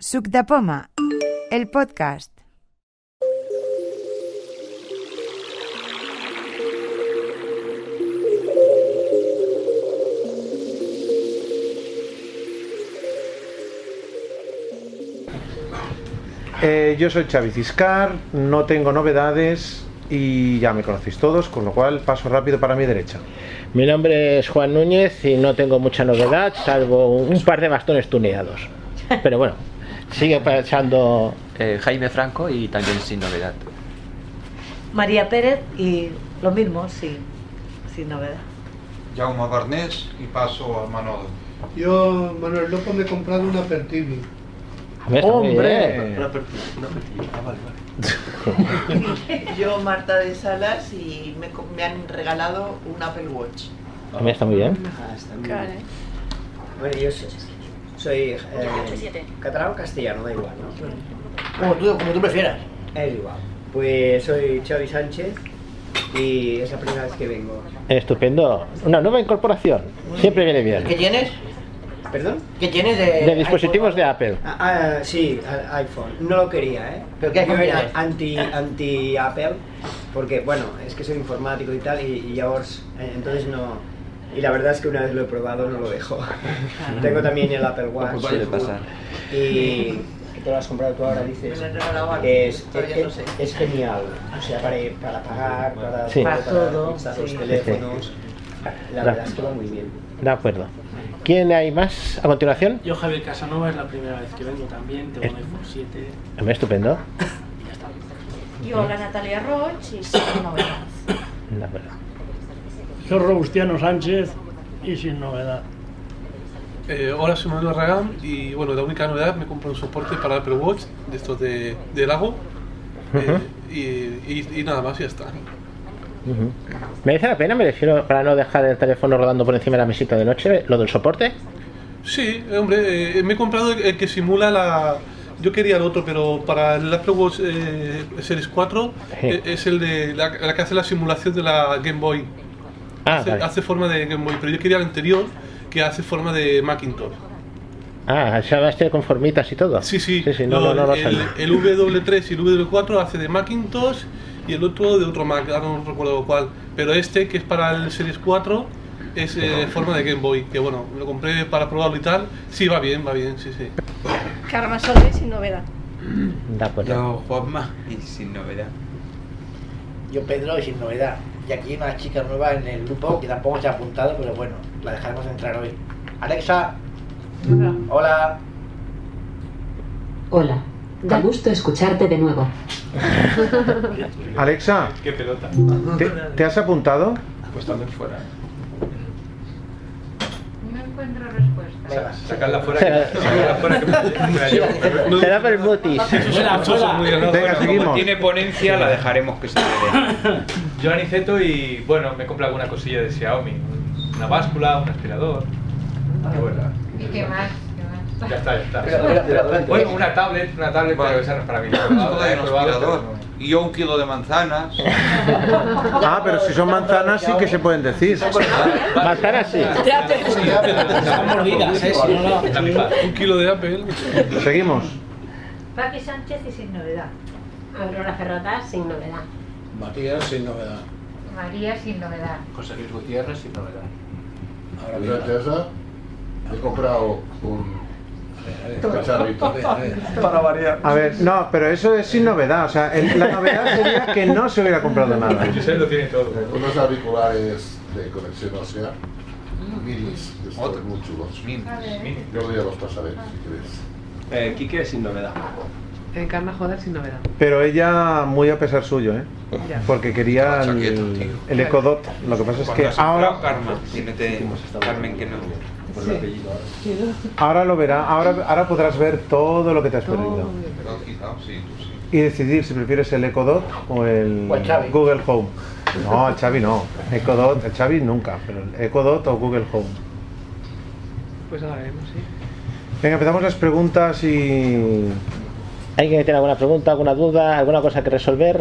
Suc de Poma, el podcast. Yo soy Xavi Ciscar, no tengo novedades y ya me conocéis todos, con lo cual paso rápido para mi derecha. Mi nombre es Juan Núñez y no tengo mucha novedad, salvo un par de bastones tuneados. Pero bueno, sigue pasando. Jaime Franco y también sin novedad. María Pérez y lo mismo, sí, sin novedad. Jaume Barnés y paso a Manolo. Yo, Manuel López, me he comprado un Apple TV. ¡Hombre! Yo, Marta de Salas, y me han regalado un Apple Watch. También está muy bien. Está muy bien. Bueno, yo soy catalán o castellano, da igual, ¿no? Como tú prefieras. Es igual. Pues soy Xavi Sánchez y es la primera vez que vengo. Estupendo. Una nueva incorporación. Siempre viene bien. ¿Qué tienes? ¿Perdón? ¿Qué tienes De dispositivos iPhone? de Apple. Sí, iPhone. No lo quería, ¿eh? ¿Pero qué iPhone Yo era tienes? anti Apple, porque bueno, es que soy informático y tal, y ya entonces no. Y la verdad es que una vez lo he probado, no lo dejo. Tengo también el Apple Watch. Suele pasar. Y que te lo has comprado tú ahora, dices. Me lo han regalado a mí, Es todavía no sé. genial. O sea, para pagar, Sí. para todo, instalar los sí. teléfonos. La verdad es que va muy bien. De acuerdo. ¿Quién hay más a continuación? Yo, Javier Casanova, es la primera vez que vengo también, tengo un iPhone 7 Hombre, estupendo. y ya está. Yo, la Natalia Roig y sin novedad. De acuerdo. Soy Robustiano Sánchez y sin novedad. Hola, soy Manuel Arragán y bueno, la única novedad, me compré un soporte para Apple Watch de estos de Lago y nada más, ya está. ¿Merece la pena? Me refiero, para no dejar el teléfono rodando por encima de la mesita de noche, lo del soporte. Sí, hombre, me he comprado el que simula la... Yo quería el otro, pero para el Apple Watch Series 4 es el de la que hace la simulación de la Game Boy. Hace forma de Game Boy, pero yo quería el anterior que hace forma de Macintosh. Se va este con formitas y todo. Sí. No lo sabía. El W3 y el W4 hace de Macintosh y el otro de otro Mac, ahora no recuerdo cuál. Pero este, que es para el Series 4, es forma de Game Boy. Que bueno, lo compré para probarlo y tal. Sí, va bien, sí. Carmen Soler sin novedad. De acuerdo. Yo, Juanma y sin novedad. Yo, Pedro, y sin novedad. Y aquí hay una chica nueva en el grupo que tampoco se ha apuntado, pero bueno, la dejaremos entrar hoy. Alexa. Hola. Hola. Da gusto escucharte de nuevo. Alexa, Qué pelota. ¿te has apuntado? Pues también fuera. No encuentro respuesta. Sacarla fuera que me la llevo. Se da por el mutis. Venga, seguimos. Como tiene ponencia, la dejaremos que se quede. Yo Aniceto y bueno, me compré alguna cosilla de Xiaomi. Una báscula, un aspirador. ¿Y qué más? Ya está. Bueno, una tablet, pero esa no es para mí. Y yo 1 kilo de manzanas. Pero si son manzanas sí que se pueden decir. Manzanas sí. Son mordidas, si no, no. 1 kilo de Apple. Seguimos. Paqui Sánchez y sin novedad. Aurora Ferrota sin novedad. Matías, sin novedad. María sin novedad. José Luis Gutiérrez sin novedad. Ahora he comprado un cacharrito. Para variar. A ver, no, pero eso es sin novedad. O sea, la novedad sería que no se hubiera comprado nada. José lo tiene todo. Unos auriculares de conexión ósea, minis, que están muy chulos. Yo ya los pasaré, si queréis. Quique sin novedad. Encarna joder sin novedad. Pero ella muy a pesar suyo, porque quería el Echo Dot. Lo que pasa es que ahora Carmen que no. ahora lo verá, ahora podrás ver todo lo que te has perdido y decidir si prefieres el Echo Dot o el Google Home. No, el Xavi no. Echo Dot, el Xavi nunca, pero el Echo Dot o Google Home. Pues ahora veremos, sí. Venga, empezamos las preguntas y... ¿Alguien que tiene alguna pregunta, alguna duda, alguna cosa que resolver?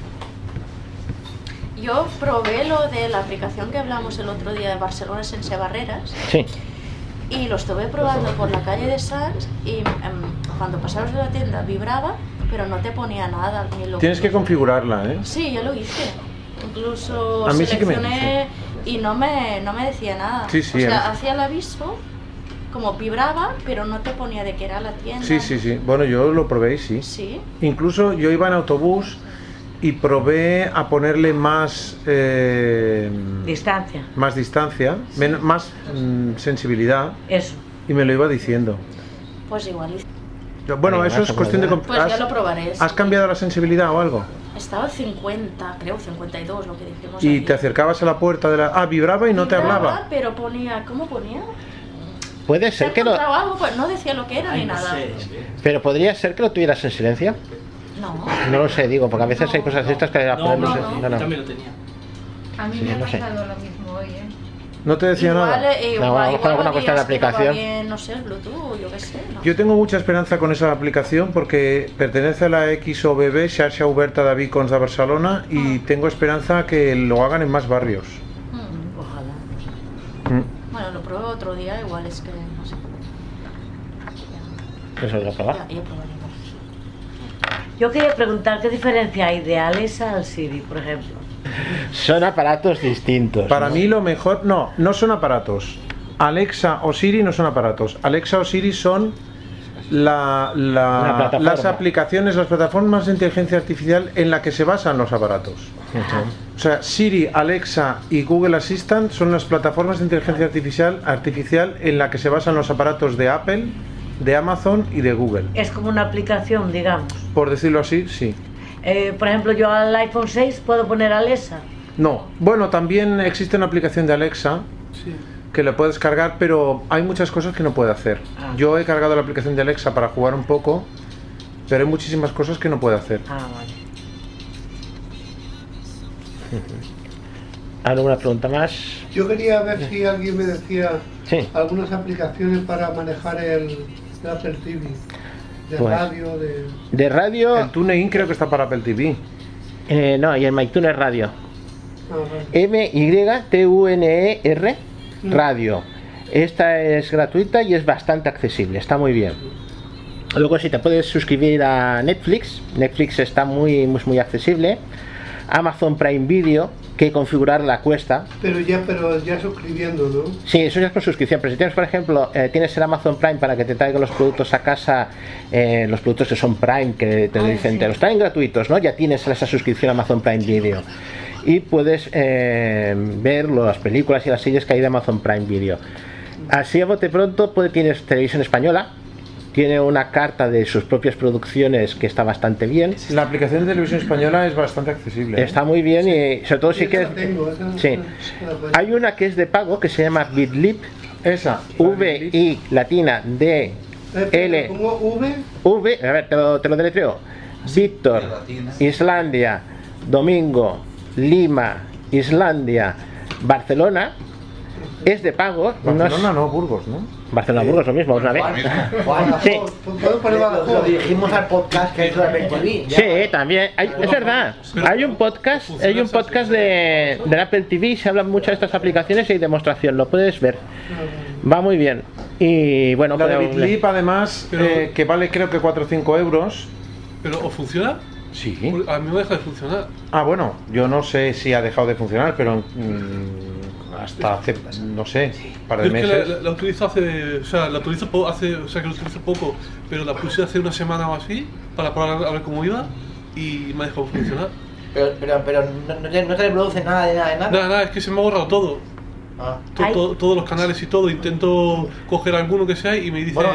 Yo probé lo de la aplicación que hablamos el otro día de Barcelona sense barreras. Sí. y lo estuve probando por la calle de Sants y cuando pasabas de la tienda vibraba, pero no te ponía nada. Ni lo Tienes que configurarla, ¿eh? Sí, yo lo hice. Incluso A mí sí que seleccioné y no me decía nada. Sí, sí, o sea, hacía el aviso, como vibraba, pero no te ponía de que era la tienda. Sí, sí, sí. Bueno, yo lo probé y sí. Sí. Incluso yo iba en autobús y probé a ponerle más distancia. Más distancia, más sensibilidad. Eso. Y me lo iba diciendo. Pues igual. Bueno, eso es cuestión de... Pues ya lo probaré. ¿Has cambiado la sensibilidad o algo? Estaba 50, creo, 52, lo que dijimos. Y aquí. te acercabas a la puerta de la... Ah, vibraba y no te hablaba. Pero ponía... ¿Cómo ponía? Puede ser que no... Algo, pues no decía lo que era ni nada. Pero podría ser que lo tuvieras en silencio. No. No lo sé, digo, porque a veces hay cosas de estas que... No, también lo tenía. A mí Sí, me ha no sé. pasado lo mismo hoy, ¿eh? ¿No te decía nada? No, a lo mejor alguna cuestión de aplicación. Bien, no sé, el Bluetooth, yo qué sé. ¿no? Yo tengo mucha esperanza con esa aplicación porque pertenece a la XOBB, Xarxa Oberta de Beacons de Barcelona, y tengo esperanza que lo hagan en más barrios. Ojalá. Bueno, lo pruebo otro día, igual es que no sé. Eso es lo probar. Ya probaré. Yo quería preguntar qué diferencia hay de Alexa al Siri, por ejemplo. Son aparatos distintos. Para mí lo mejor... No son aparatos. Alexa o Siri no son aparatos. Alexa o Siri son las aplicaciones, las plataformas de inteligencia artificial en la que se basan los aparatos. O sea, Siri, Alexa y Google Assistant son las plataformas de inteligencia artificial en la que se basan los aparatos de Apple, de Amazon y de Google. Es como una aplicación, digamos. Por decirlo así, sí. Por ejemplo, yo al iPhone 6 puedo poner Alexa. No, bueno, también existe una aplicación de Alexa que la puedes cargar, pero hay muchas cosas que no puede hacer. Yo he cargado la aplicación de Alexa para jugar un poco, pero hay muchísimas cosas que no puede hacer. Vale. ¿Alguna pregunta más? Yo quería ver si alguien me decía algunas aplicaciones para manejar el Apple TV. De pues, radio, de radio... El TuneIn creo que está para Apple TV. No, y el MyTuner Radio. Vale. MYTUNER Radio. Esta es gratuita y es bastante accesible, está muy bien. Luego si te puedes suscribir a Netflix está muy accesible. Amazon Prime Video, que configurarla cuesta. Pero ya suscribiendo, ¿no? Sí, eso ya es con suscripción. Pero si tienes, por ejemplo, tienes el Amazon Prime para que te traigan los productos a casa, los productos que son Prime, que te dicen, te los traen gratuitos, ¿no? Ya tienes esa suscripción a Amazon Prime Video. Y puedes ver las películas y las series que hay de Amazon Prime Video. Así a bote pronto tienes televisión española. Tiene una carta de sus propias producciones que está bastante bien. La aplicación de televisión española es bastante accesible. Está muy bien y sobre todo si quieres... Sí. Hay una que es de pago que se llama Bitlib. Esa. V-I latina D L ¿Cómo V? V, a ver, te lo deletreo. Víctor, Islandia, Domingo, Lima, Islandia, Barcelona. Es de pago. Barcelona no, Burgos, ¿no? Barcelona, Burgos, lo mismo, una vez. Sí. Lo dirigimos al podcast que es de Apple TV. Sí, también. Es verdad. Hay un podcast de Apple TV, se hablan mucho de estas aplicaciones y hay demostración, lo puedes ver. Va muy bien. Y bueno, la de Bitlib además, que vale creo que 4 o 5 euros. ¿Pero funciona? Sí. A mí me deja de funcionar. Ah, bueno, yo no sé si ha dejado de funcionar, pero hasta hace, no sé, un par de meses. La utilizo hace, o sea, que lo utilizo poco, pero la puse hace una semana o así para probar a ver cómo iba y me ha dejado funcionar. Pero no te reproduce nada de nada. Nada, es que se me ha borrado todo. Todos los canales y todo. Intento coger alguno que sea y me dice...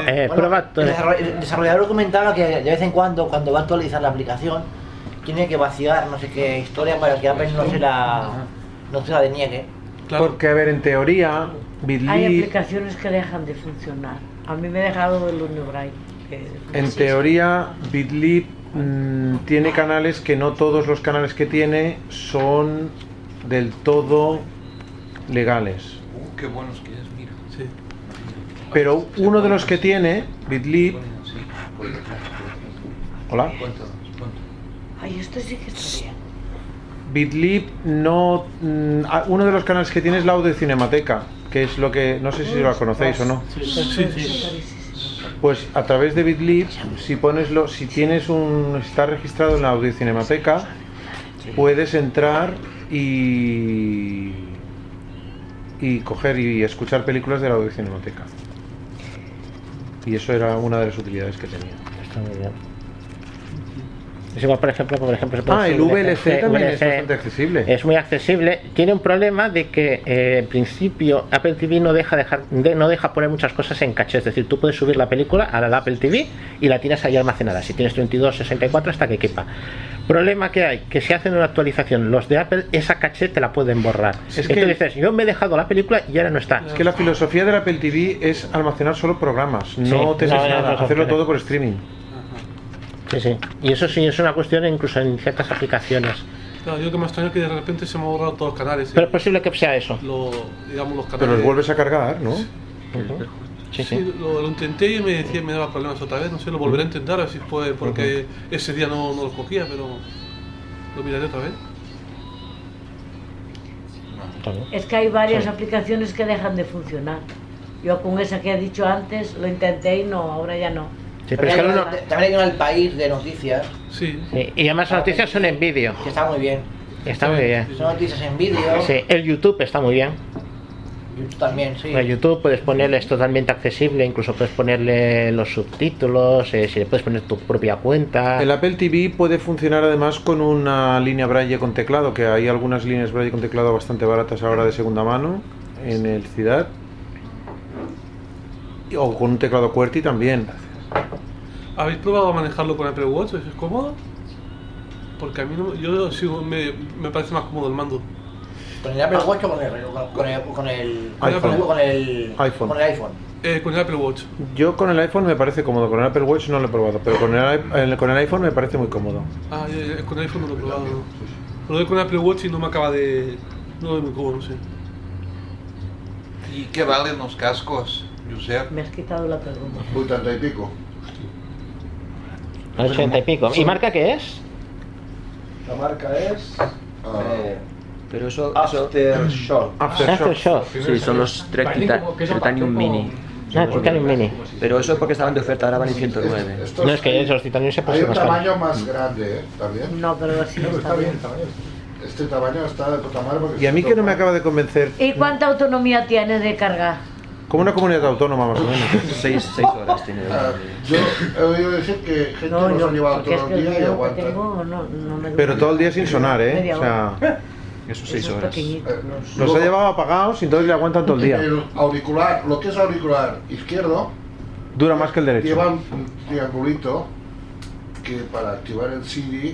El desarrollador comentaba que de vez en cuando va a actualizar la aplicación, tiene que vaciar no sé qué historia para que Apple no se la deniegue. Claro. Porque, a ver, en teoría, Bitlib... Hay aplicaciones que dejan de funcionar. A mí me ha dejado el Unibright. En teoría, Bitlib tiene canales que no todos los canales que tiene son del todo legales. Qué buenos que es, mira. Sí. Pero uno de los que tiene, Bitlib... Hola. Ay, esto sí que está bien. Bitlib no... uno de los canales que tiene es la Audio Cinemateca que es lo que, no sé si lo conocéis o no. Sí. Pues a través de Bitlib, si tienes está registrado en la Audiocinemateca, puedes entrar y coger y escuchar películas de la Audiocinemateca. Y eso era una de las utilidades que tenía. Está muy bien. Es igual, por ejemplo, el VLC también es bastante accesible. Es muy accesible. Tiene un problema de que en principio Apple TV no deja poner muchas cosas en caché. Es decir, tú puedes subir la película a la Apple TV y la tienes ahí almacenada. Si tienes 32, 64 hasta que quepa. Problema que hay, que si hacen una actualización los de Apple, esa caché te la pueden borrar. Entonces dices, yo me he dejado la película y ahora no está. Es que la filosofía del Apple TV es almacenar solo programas, no tener nada, hacerlo todo por streaming. Sí. Y eso sí es una cuestión incluso en ciertas aplicaciones. Claro, yo que me extraño que de repente se me han borrado todos los canales. Pero es posible que sea eso. Los canales. Pero los vuelves a cargar, ¿no? Sí, lo intenté y me daba problemas otra vez. No sé, lo volveré a intentar, así fue porque ese día no lo cogía, pero lo miraré otra vez. Es que hay varias aplicaciones que dejan de funcionar. Yo con esa que he dicho antes lo intenté y no, ahora ya no. Sí, pero es que también hay El País de noticias. Sí. Y además las noticias son en vídeo. Que está muy bien. Está muy bien. Son noticias en vídeo. Sí, el YouTube está muy bien. YouTube también, sí. En YouTube puedes ponerle, es totalmente accesible, incluso puedes ponerle los subtítulos, si le puedes poner tu propia cuenta. El Apple TV puede funcionar además con una línea Braille con teclado, que hay algunas líneas Braille con teclado bastante baratas ahora de segunda mano en el Ciudad. O con un teclado QWERTY también. ¿Habéis probado a manejarlo con Apple Watch? ¿Es cómodo? Porque a mí me parece más cómodo el mando. ¿Con el Apple Watch o con el iPhone? Con el iPhone. Con el Apple Watch. Yo con el iPhone me parece cómodo, con el Apple Watch no lo he probado, pero con el iPhone me parece muy cómodo. Con el iPhone no lo he probado. Lo doy con el Apple Watch y no me acaba de... No es muy cómodo, no sé. ¿Y qué valen los cascos, Josep? Me has quitado la pregunta. 80 y pico. 80 y pico. ¿Y marca qué es? La marca es... Pero eso Aftershock. Aftershock. Sí, son los Titanium Mini. Titanium Mini. Pero eso es porque estaban de oferta, ahora valen 109. No, es que esos Titanium se pasan. Hay un tamaño más grande, también. No, pero así está bien. Este tamaño está de puta madre porque... Y a mí que no me acaba de convencer. ¿Y cuánta autonomía tiene de cargar? Como una comunidad autónoma más o menos. 6 horas tiene. Yo he oído decir que gente nos ha llevado todo el día y aguanta. Pero todo el día sin sonar, ¿eh? O sea... Eso 6 horas. Los ha llevado apagados y entonces le aguantan todo el día. El auricular, lo que es auricular izquierdo, dura más que el derecho. Lleva un triangulito que para activar el CD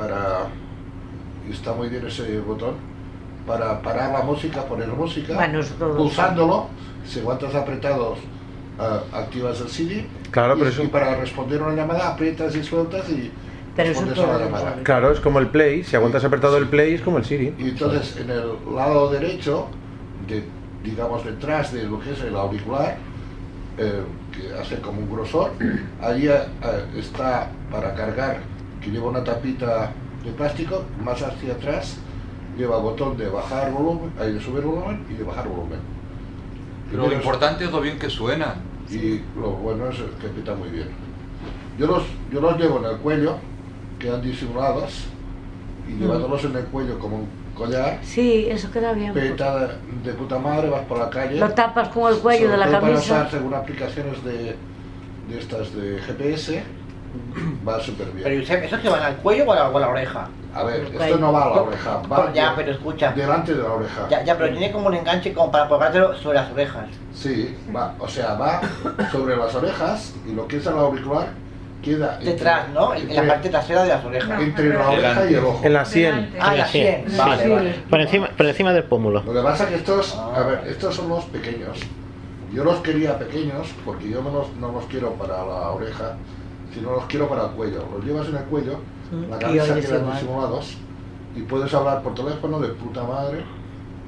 y está muy bien ese botón, para parar la música, poner música, pulsándolo, si aguantas apretados activas el CD, claro, pero y para responder una llamada aprietas y sueltas y respondes a la llamada. Claro, es como el Play, si aguantas apretado el Play es como el Siri. Y entonces en el lado derecho, digamos detrás de lo que es el auricular, que hace como un grosor, allí está para cargar, que lleva una tapita de plástico, más hacia atrás lleva el botón de bajar volumen, de subir volumen y de bajar volumen. Pero lo importante es lo bien que suena. Y lo bueno es que pita muy bien. Yo los llevo en el cuello, quedan disimulados, y llevándolos en el cuello como un collar. Sí, eso queda bien. Peta de puta madre, vas por la calle. Lo tapas con el cuello de la camisa. Para usar según aplicaciones de estas de GPS, va súper bien. Pero ¿eso que va al cuello o a la oreja? A ver, esto no va a la oreja, va pero escucha. delante de la oreja. Ya, pero tiene como un enganche como para colgártelo sobre las orejas. Sí, va sobre las orejas y lo que es el auricular queda detrás, ¿no? En la parte trasera de las orejas. Entre la oreja y el ojo. En la sien. Ah, la sien. Vale. Por encima del pómulo. Lo que pasa es que estos son los pequeños. Yo los quería pequeños porque yo no los quiero para la oreja, sino los quiero para el cuello. Los llevas en el cuello, la cabeza quedan disimulados y puedes hablar por teléfono de puta madre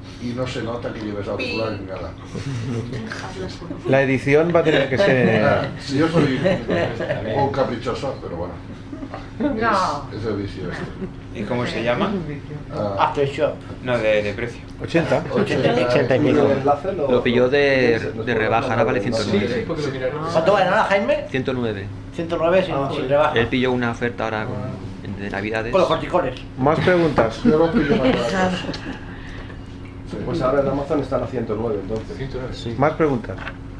y no se nota que lleves auriculares ni nada. La edición va a tener que ser... Sí, yo soy un poco caprichoso, pero bueno. No. Es el vicio este. ¿Y cómo se llama? Aftershock. No, de precio. 80. 80 y pico. Lo pilló de rebaja, ahora vale 109. ¿Cuánto vale nada, Jaime? 109. 109 sin rebaja. Él pilló una oferta ahora de Navidades. Con los corticones. Más preguntas. Yo lo pillo más barato. Pues ahora en Amazon están a 109, entonces. 109, sí. Más preguntas.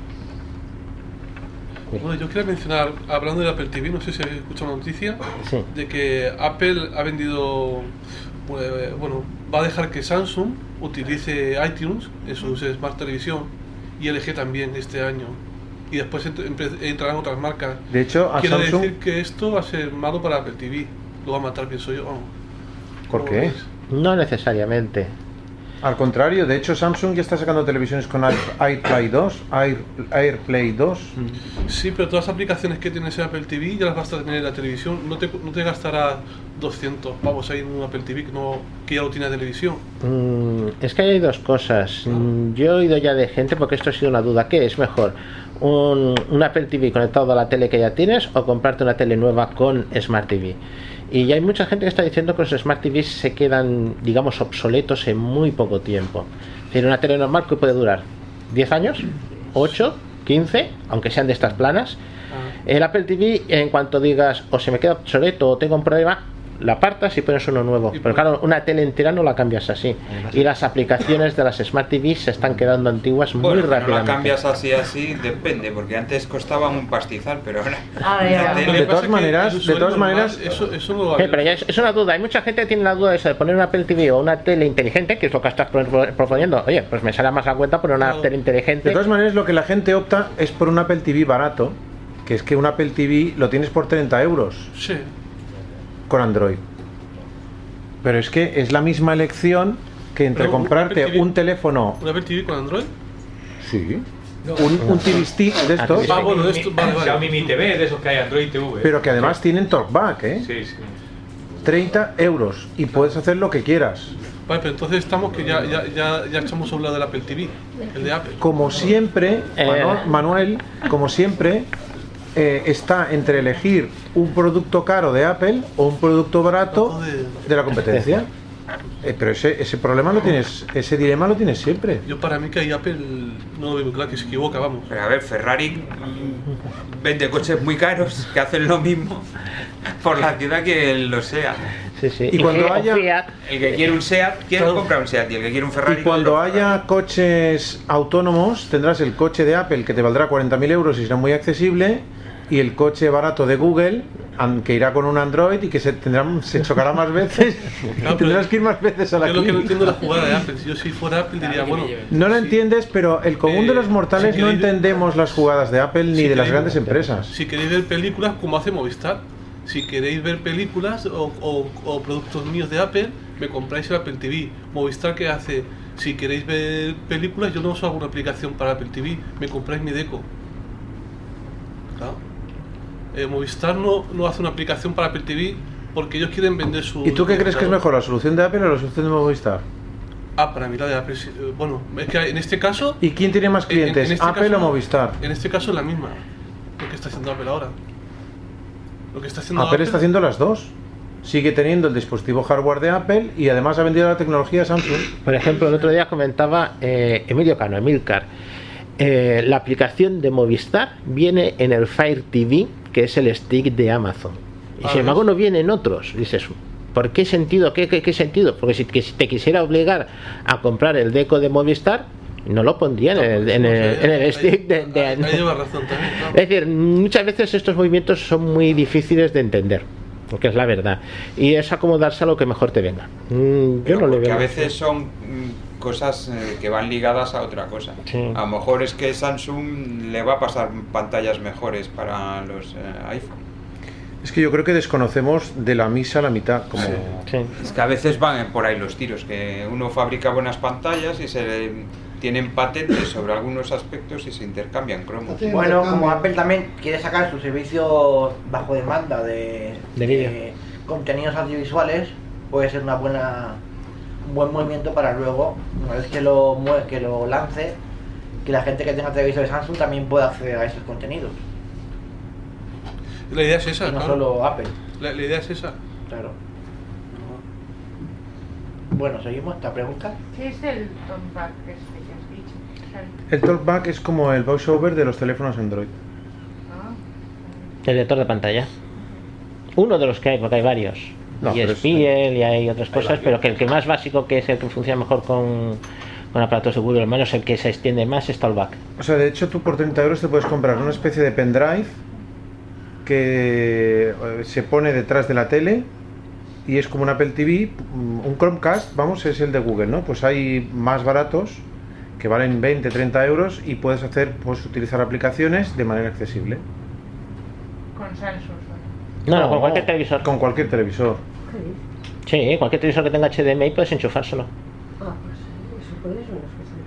Bueno, yo quería mencionar, hablando de Apple TV, no sé si habéis escuchado una noticia, de que Apple ha vendido, bueno, va a dejar que Samsung utilice iTunes en sus Smart Televisión y LG también este año. Y después entrarán otras marcas. De hecho, a quiero Samsung... decir que esto va a ser malo para Apple TV. Lo va a matar, pienso yo. Vamos. ¿Por qué? No necesariamente. Al contrario, de hecho Samsung ya está sacando televisiones con AirPlay 2, AirPlay 2. Sí, pero todas las aplicaciones que tienes en Apple TV ya las vas a tener en la televisión. No te gastarás 200 pavos ahí en un Apple TV que ya lo tiene la televisión. Es que hay dos cosas. Yo he oído ya de gente, porque esto ha sido una duda, ¿qué es mejor? ¿Un Apple TV conectado a la tele que ya tienes o comprarte una tele nueva con Smart TV? Y ya hay mucha gente que está diciendo que los Smart TVs se quedan, digamos, obsoletos en muy poco tiempo. Es decir, una tele normal que puede durar 10 años, 8, 15, aunque sean de estas planas. El Apple TV, en cuanto digas o se me queda obsoleto o tengo un problema, la apartas y pones uno nuevo. Pero claro, una tele entera no la cambias así. Y las aplicaciones de las Smart TVs se están quedando antiguas muy rápidamente. No la cambias así, depende, porque antes costaban un pastizal, pero ahora... De todas maneras, eso no va a pero ya es una duda. Hay mucha gente que tiene la duda de poner una Apple TV o una tele inteligente, que es lo que estás proponiendo. Oye, pues me sale más a cuenta poner una tele inteligente. De todas maneras, lo que la gente opta es por un Apple TV barato, que es que un Apple TV lo tienes por 30 euros. Sí. Con Android. Pero es que es la misma elección que entre comprarte un teléfono... ¿Un Apple TV con Android? Sí. Un TV Stick de estos. Bueno, de esto, vale. Xiaomi Mi TV, de esos que hay Android TV. Pero que además tienen TalkBack, ¿eh? Sí, sí. 30 euros y puedes hacer lo que quieras. Vale, pero entonces estamos que ya echamos a un lado del Apple TV, el de Apple. Como siempre, Manuel, como siempre, está entre elegir un producto caro de Apple o un producto barato de la competencia. Pero ese problema lo tienes, ese dilema lo tienes siempre. Yo para mí que ahí Apple no lo veo claro, que se equivoca, vamos. Pero a ver, Ferrari vende coches muy caros que hacen lo mismo por la ciudad que los SEAT. Sí, sí. Y cuando haya el que quiere un SEAT quiere comprar un SEAT y el que quiere un Ferrari. Y cuando haya coches autónomos tendrás el coche de Apple que te valdrá 40.000 euros y será muy accesible, y el coche barato de Google, que irá con un Android y que se chocará más veces y tendrás que ir más veces a la clínica. Yo lo que no entiendo la la jugada de Apple. Si yo fuera Apple diría, bueno... No lo entiendes, pero el común de los mortales no entendemos las jugadas de Apple ni de las grandes empresas. Si queréis ver películas, como hace Movistar, si queréis ver películas o productos míos de Apple, me compráis el Apple TV. Movistar, ¿qué hace? Si queréis ver películas, yo no os hago una aplicación para Apple TV, me compráis mi Deco. Claro. Movistar no hace una aplicación para Apple TV porque ellos quieren vender su... ¿Y tú qué crees que es mejor, la solución de Apple o la solución de Movistar? Para mí la de Apple, bueno, es que en este caso... ¿Y quién tiene más clientes, Apple o Movistar? En este caso es la misma, lo que está haciendo Apple ahora. Lo que está haciendo Apple está haciendo las dos. Sigue teniendo el dispositivo hardware de Apple y además ha vendido la tecnología de Samsung. Por ejemplo, el otro día comentaba Emilio Cano, Emilcar, la aplicación de Movistar viene en el Fire TV, que es el stick de Amazon, y sin embargo no viene en otros. Dices, ¿por qué sentido? ¿Qué sentido? Porque si te quisiera obligar a comprar el Deco de Movistar, no lo pondría en el stick de ahí lleva razón también, claro. Es decir, muchas veces estos movimientos son muy difíciles de entender, porque es la verdad, y es acomodarse a lo que mejor te venga. Yo no le veo. A veces son cosas que van ligadas a otra cosa. Sí. A lo mejor es que Samsung le va a pasar pantallas mejores para los iPhone. Es que yo creo que desconocemos de la misa la mitad. Como... Sí. Es que a veces van por ahí los tiros, que uno fabrica buenas pantallas y tienen patentes sobre algunos aspectos y se intercambian cromos. Bueno, como Apple también quiere sacar su servicio bajo demanda de vídeo, contenidos audiovisuales, puede ser una buena un buen movimiento para luego, una vez que lo lance, que la gente que tenga televisor de Samsung también pueda acceder a esos contenidos. La idea es esa, y no claro. solo Apple. La idea es esa. Claro. Bueno, seguimos esta pregunta. ¿Qué es el TalkBack que has dicho? El TalkBack es como el voiceover de los teléfonos Android. El lector de pantalla. Uno de los que hay, porque hay varios. No, y es Spiel y hay otras cosas, pero que el que más básico, que es el que funciona mejor con aparatos de Google, al menos el que se extiende más, es TalkBack. O sea, de hecho tú por 30 euros te puedes comprar una especie de pendrive que se pone detrás de la tele y es como un Apple TV, un Chromecast, vamos, es el de Google, ¿no? Pues hay más baratos que valen 20, 30 euros y puedes utilizar aplicaciones de manera accesible. Con Samsung. No, con cualquier televisor. Con cualquier televisor. Sí, cualquier televisor que tenga HDMI puedes enchufárselo. Ah, pues eso puede ser una cosa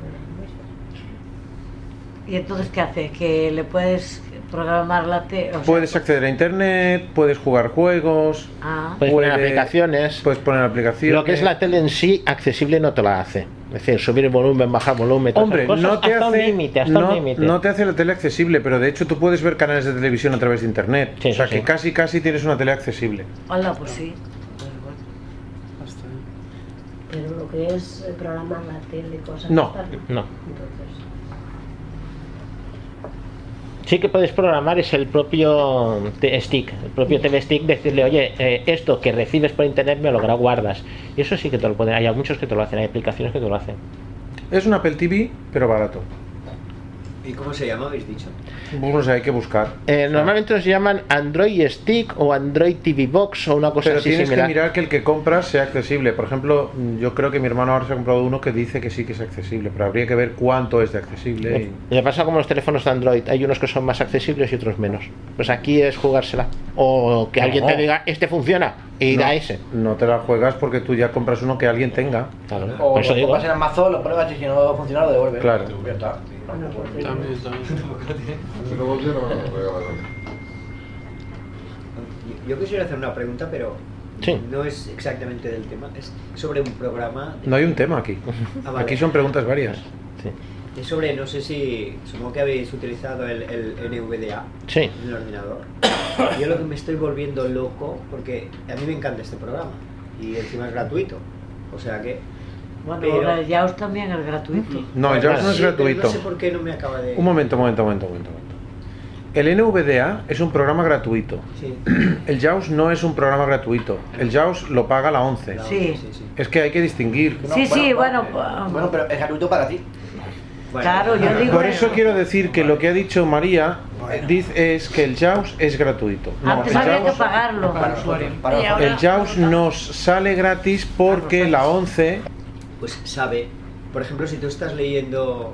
de ¿Y entonces qué hace? ¿Que le puedes programar la tele? Puedes acceder a internet, puedes jugar juegos, puedes poner aplicaciones. Puedes poner aplicaciones. Lo que es la tele en sí, accesible no te la hace. Es decir, subir el volumen, bajar volumen, todas Hombre, esas cosas, no te hasta hace, un límite, hasta un límite. no te hace la tele accesible, pero de hecho tú puedes ver canales de televisión a través de internet. Sí, o sea sí, que casi tienes una tele accesible. Hola, pues sí. Pero lo que es programar la tele y cosas. No, no. Entonces. Sí que puedes programar es el propio stick, el propio TV Stick, decirle, oye, esto que recibes por internet me lo guardas. Y eso sí que te lo pueden, hay muchos que te lo hacen, hay aplicaciones que te lo hacen. Es un Apple TV, pero barato. ¿Y cómo se llama, habéis dicho? No sé, hay que buscar. Normalmente nos llaman Android Stick o Android TV Box o una cosa Pero así tienes similar. que mirar que el que compras sea accesible. Por ejemplo, yo creo que mi hermano ahora se ha comprado uno que dice que sí que es accesible, pero habría que ver cuánto es de accesible. Le pasa como los teléfonos de Android, hay unos que son más accesibles y otros menos. Pues aquí es jugársela. O que alguien te diga, este funciona, e ir a ese. No te la juegas porque tú ya compras uno que alguien tenga. Claro. O lo compras en Amazon, lo pruebas y si no funciona lo devuelves. Claro. Ya está. Yo quisiera hacer una pregunta, pero sí. No es exactamente del tema, es sobre un programa. No hay un tema aquí. Ah, vale. Aquí son preguntas varias. Sí. Es sobre, no sé si, supongo que habéis utilizado el NVDA sí. en el ordenador. Yo lo que me estoy volviendo loco, porque a mí me encanta este programa y encima es gratuito, o sea que... Bueno, ahora el JAWS también es gratuito. No, el JAWS no es gratuito. No sé por qué no me acaba de... Un momento. El NVDA es un programa gratuito. Sí. El JAWS no es un programa gratuito. El JAWS lo paga la 11. Sí. Es que hay que distinguir. Bueno, pero es gratuito para ti. Claro, yo digo. Por eso quiero decir que lo que ha dicho María es que el JAWS es gratuito. No, antes había que pagarlo. El JAWS nos sale gratis porque la 11... Pues sabe, por ejemplo, si tú estás leyendo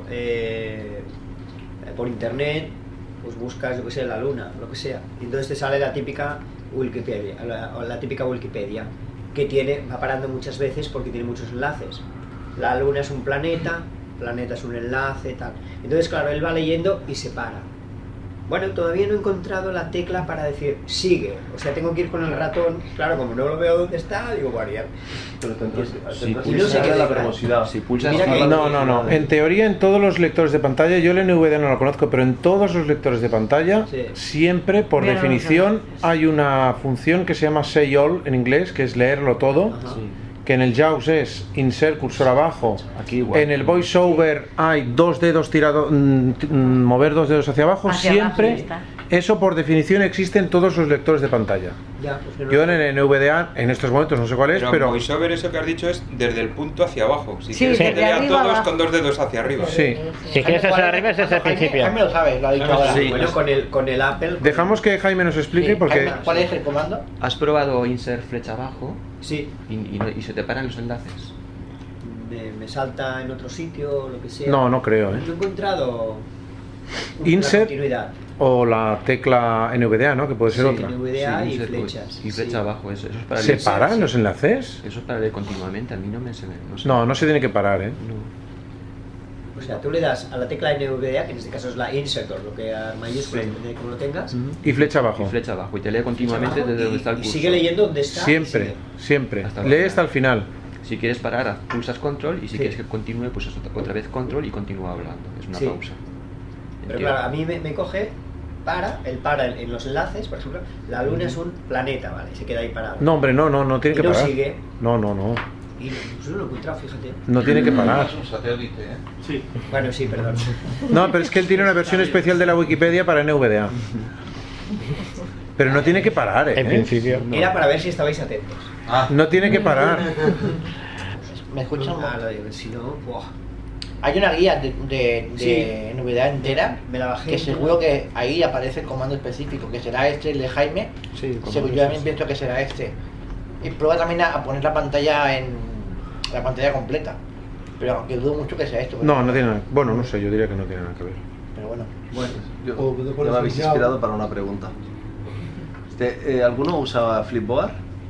por internet, pues buscas, yo que sé, la luna, lo que sea, y entonces te sale la típica Wikipedia, la típica Wikipedia, que va parando muchas veces porque tiene muchos enlaces. La luna es un planeta es un enlace, tal. Entonces, claro, él va leyendo y se para. Bueno, todavía no he encontrado la tecla para decir sigue, o sea, tengo que ir con el ratón, claro, como no lo veo dónde está, digo, variar. Pero si pulsas la velocidad, si pulsas... No. En teoría, en todos los lectores de pantalla, yo el NVDA no lo conozco, pero en todos los lectores de pantalla, siempre, por definición, hay una función que se llama Say All en inglés, que es leerlo todo. Que en el JAWS es insert cursor abajo. Aquí igual. En el voiceover hay dos dedos tirados, mover dos dedos hacia abajo. Siempre, eso por definición existe en todos los lectores de pantalla. Ya, pues yo en el NVDA, en estos momentos no sé cuál es, pero... voiceover, eso que has dicho es desde el punto hacia abajo. Si sí, quieres que arriba todos abajo. Con dos dedos hacia arriba. Sí. Si quieres hacia arriba es desde el principio. Jaime lo sabes, lo ha dicho ahora. Sí. Bueno, con el Apple... Dejamos que Jaime nos explique porque... ¿Cuál es el comando? ¿Has probado insert flecha abajo? Sí. ¿Y se te paran los enlaces? Me salta en otro sitio, lo que sea. No creo, No he encontrado insert continuidad. O la tecla NVDA, ¿no? Que puede ser otra. NVDA y flechas. Y flecha abajo, eso es para ¿Se leer. paran los enlaces? Eso es para leer continuamente, a mí no me se me... No se tiene que parar, ¿eh? O sea, tú le das a la tecla NVDA, que en este caso es la insert, o lo que a mayúsculas, depende de cómo lo tengas. Y flecha abajo. Y flecha abajo, y te lee continuamente desde donde está el curso. Y sigue leyendo donde está. Siempre. Lee hasta el final. Si quieres parar, pulsas control y si quieres que continúe, pues otra vez control y continúa hablando. Es una pausa. Pero claro, a mí me coge para en los enlaces, por ejemplo, la luna es un planeta, ¿vale? Y se queda ahí parado. No, hombre, no tiene que parar. No sigue. No. Y yo lo he encontrado, fíjate. No tiene que parar. Es un satélite, ¿eh? Sí. Bueno, sí, perdón. No, pero es que él tiene una versión especial de la Wikipedia para NVDA. Pero no tiene que parar, ¿eh? En principio. No. Era para ver si estabais atentos. No tiene que parar. ¿Me escuchan? Si no, ¡buah! Hay una guía de NVDA entera, me la bajé, que seguro que ahí aparece el comando específico, que será este, el de Jaime. Sí, seguro, yo también pienso que será este. Y prueba también a poner la pantalla completa. Pero aunque dudo mucho que sea esto. No tiene nada. Bueno, no sé, yo diría que no tiene nada que ver. Pero bueno. Bueno, me habéis inspirado para una pregunta. ¿Alguno usaba Flipboard?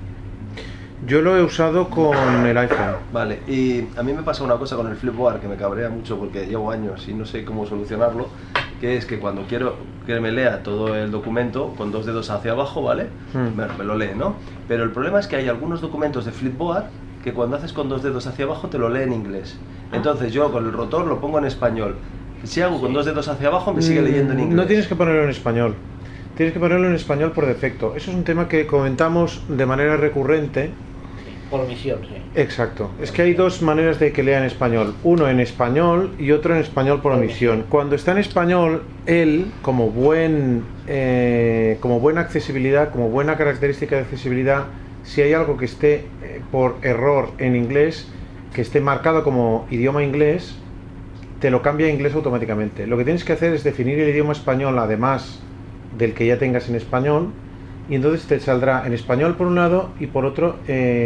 Yo lo he usado con el iPhone. Vale, y a mí me pasa una cosa con el Flipboard que me cabrea mucho porque llevo años y no sé cómo solucionarlo, que es que cuando quiero que me lea todo el documento con 2 dedos hacia abajo, ¿vale? Me lo lee, ¿no? Pero el problema es que hay algunos documentos de Flipboard que cuando haces con 2 dedos hacia abajo te lo lee en inglés. Entonces yo con el rotor lo pongo en español. Si hago con 2 dedos hacia abajo me sigue leyendo en inglés. No tienes que ponerlo en español. Tienes que ponerlo en español por defecto. Eso es un tema que comentamos de manera recurrente. Por omisión, sí. Exacto. Es que hay 2 maneras de que lea en español. Uno en español y otro en español por omisión. Cuando está en español, él, como buena accesibilidad, como buena característica de accesibilidad, si hay algo que esté por error en inglés, que esté marcado como idioma inglés, te lo cambia a inglés automáticamente. Lo que tienes que hacer es definir el idioma español además del que ya tengas en español, y entonces te saldrá en español por un lado y por otro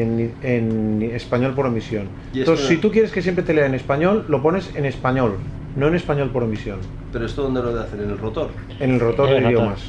en español por omisión. Entonces, si tú quieres que siempre te lea en español, lo pones en español, no en español por omisión. ¿Pero esto dónde lo de hacer? ¿En el rotor? En el rotor de idiomas.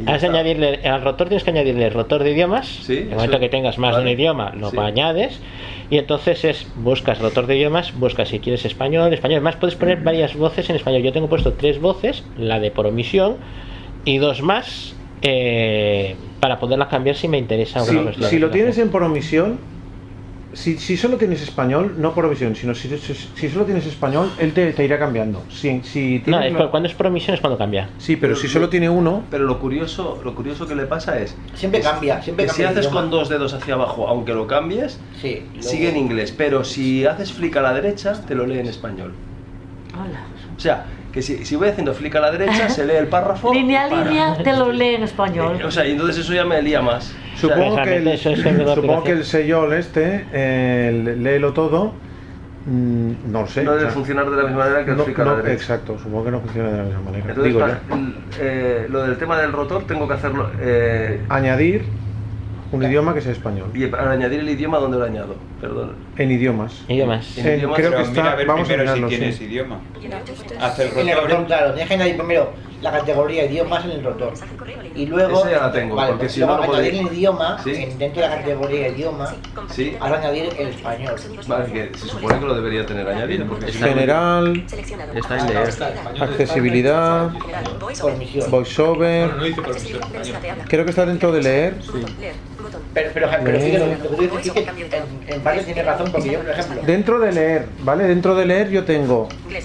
Al rotor tienes que añadirle el rotor de idiomas. Sí, en el momento que tengas más de un idioma, lo añades. Y entonces buscas rotor de idiomas, buscas si quieres español. Más puedes poner varias voces en español. Yo tengo puesto 3 voces, la de por omisión y 2 más para poderlas cambiar si me interesa. Si lo tienes en por omisión, si solo tienes español, no por omisión, sino si solo tienes español, él te irá cambiando. Cuando es por omisión es cuando cambia. Sí, pero si solo tiene uno. Pero lo curioso que le pasa es siempre cambia. Si haces con 2 dedos hacia abajo, aunque lo cambies, sigue en inglés. Pero si haces flick a la derecha, te lo lee en español. Hola. O sea, que si voy haciendo flick a la derecha, se lee el párrafo. Línea a línea te lo lee en español. Y entonces eso ya me lía más. Supongo que el sellol léelo todo, no lo sé. No debe funcionar de la misma manera que el flick a la derecha. Exacto, supongo que no funciona de la misma manera. Entonces, lo del tema del rotor tengo que hacerlo. Añadir un idioma que sea español. Y para añadir el idioma, ¿dónde lo añado? Perdón. En idiomas. Creo que está. Vamos a mirarlo si tienes idioma. Hace el rotor. En el rotor, claro. Tienes que añadir primero la categoría idiomas en el rotor. Y luego. Esa ya la tengo. Porque si no añadir el idioma dentro de la categoría idioma. Ahora añadir el español. Vale, que se supone que lo debería tener añadido. Porque general. Está en leer. Accesibilidad. Voiceover. Creo que está dentro de leer. Pero sí, lo que tú dices que en varios tienes razón, porque yo, por ejemplo. Dentro de leer, ¿vale? Dentro de leer yo tengo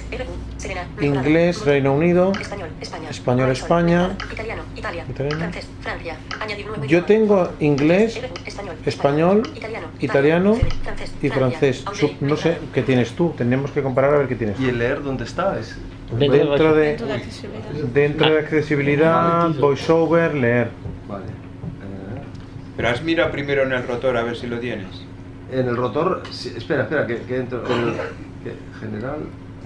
inglés, Reino Unido, español, España, italiano, Francia. Yo tengo inglés, español, italiano y francés. No sé qué tienes tú, tendremos que comparar a ver qué tienes. ¿Y el leer dónde está? Dentro de accesibilidad, voiceover, leer. Vale. Pero has mirado primero en el rotor a ver si lo tienes. En el rotor, sí, espera, que entro. General.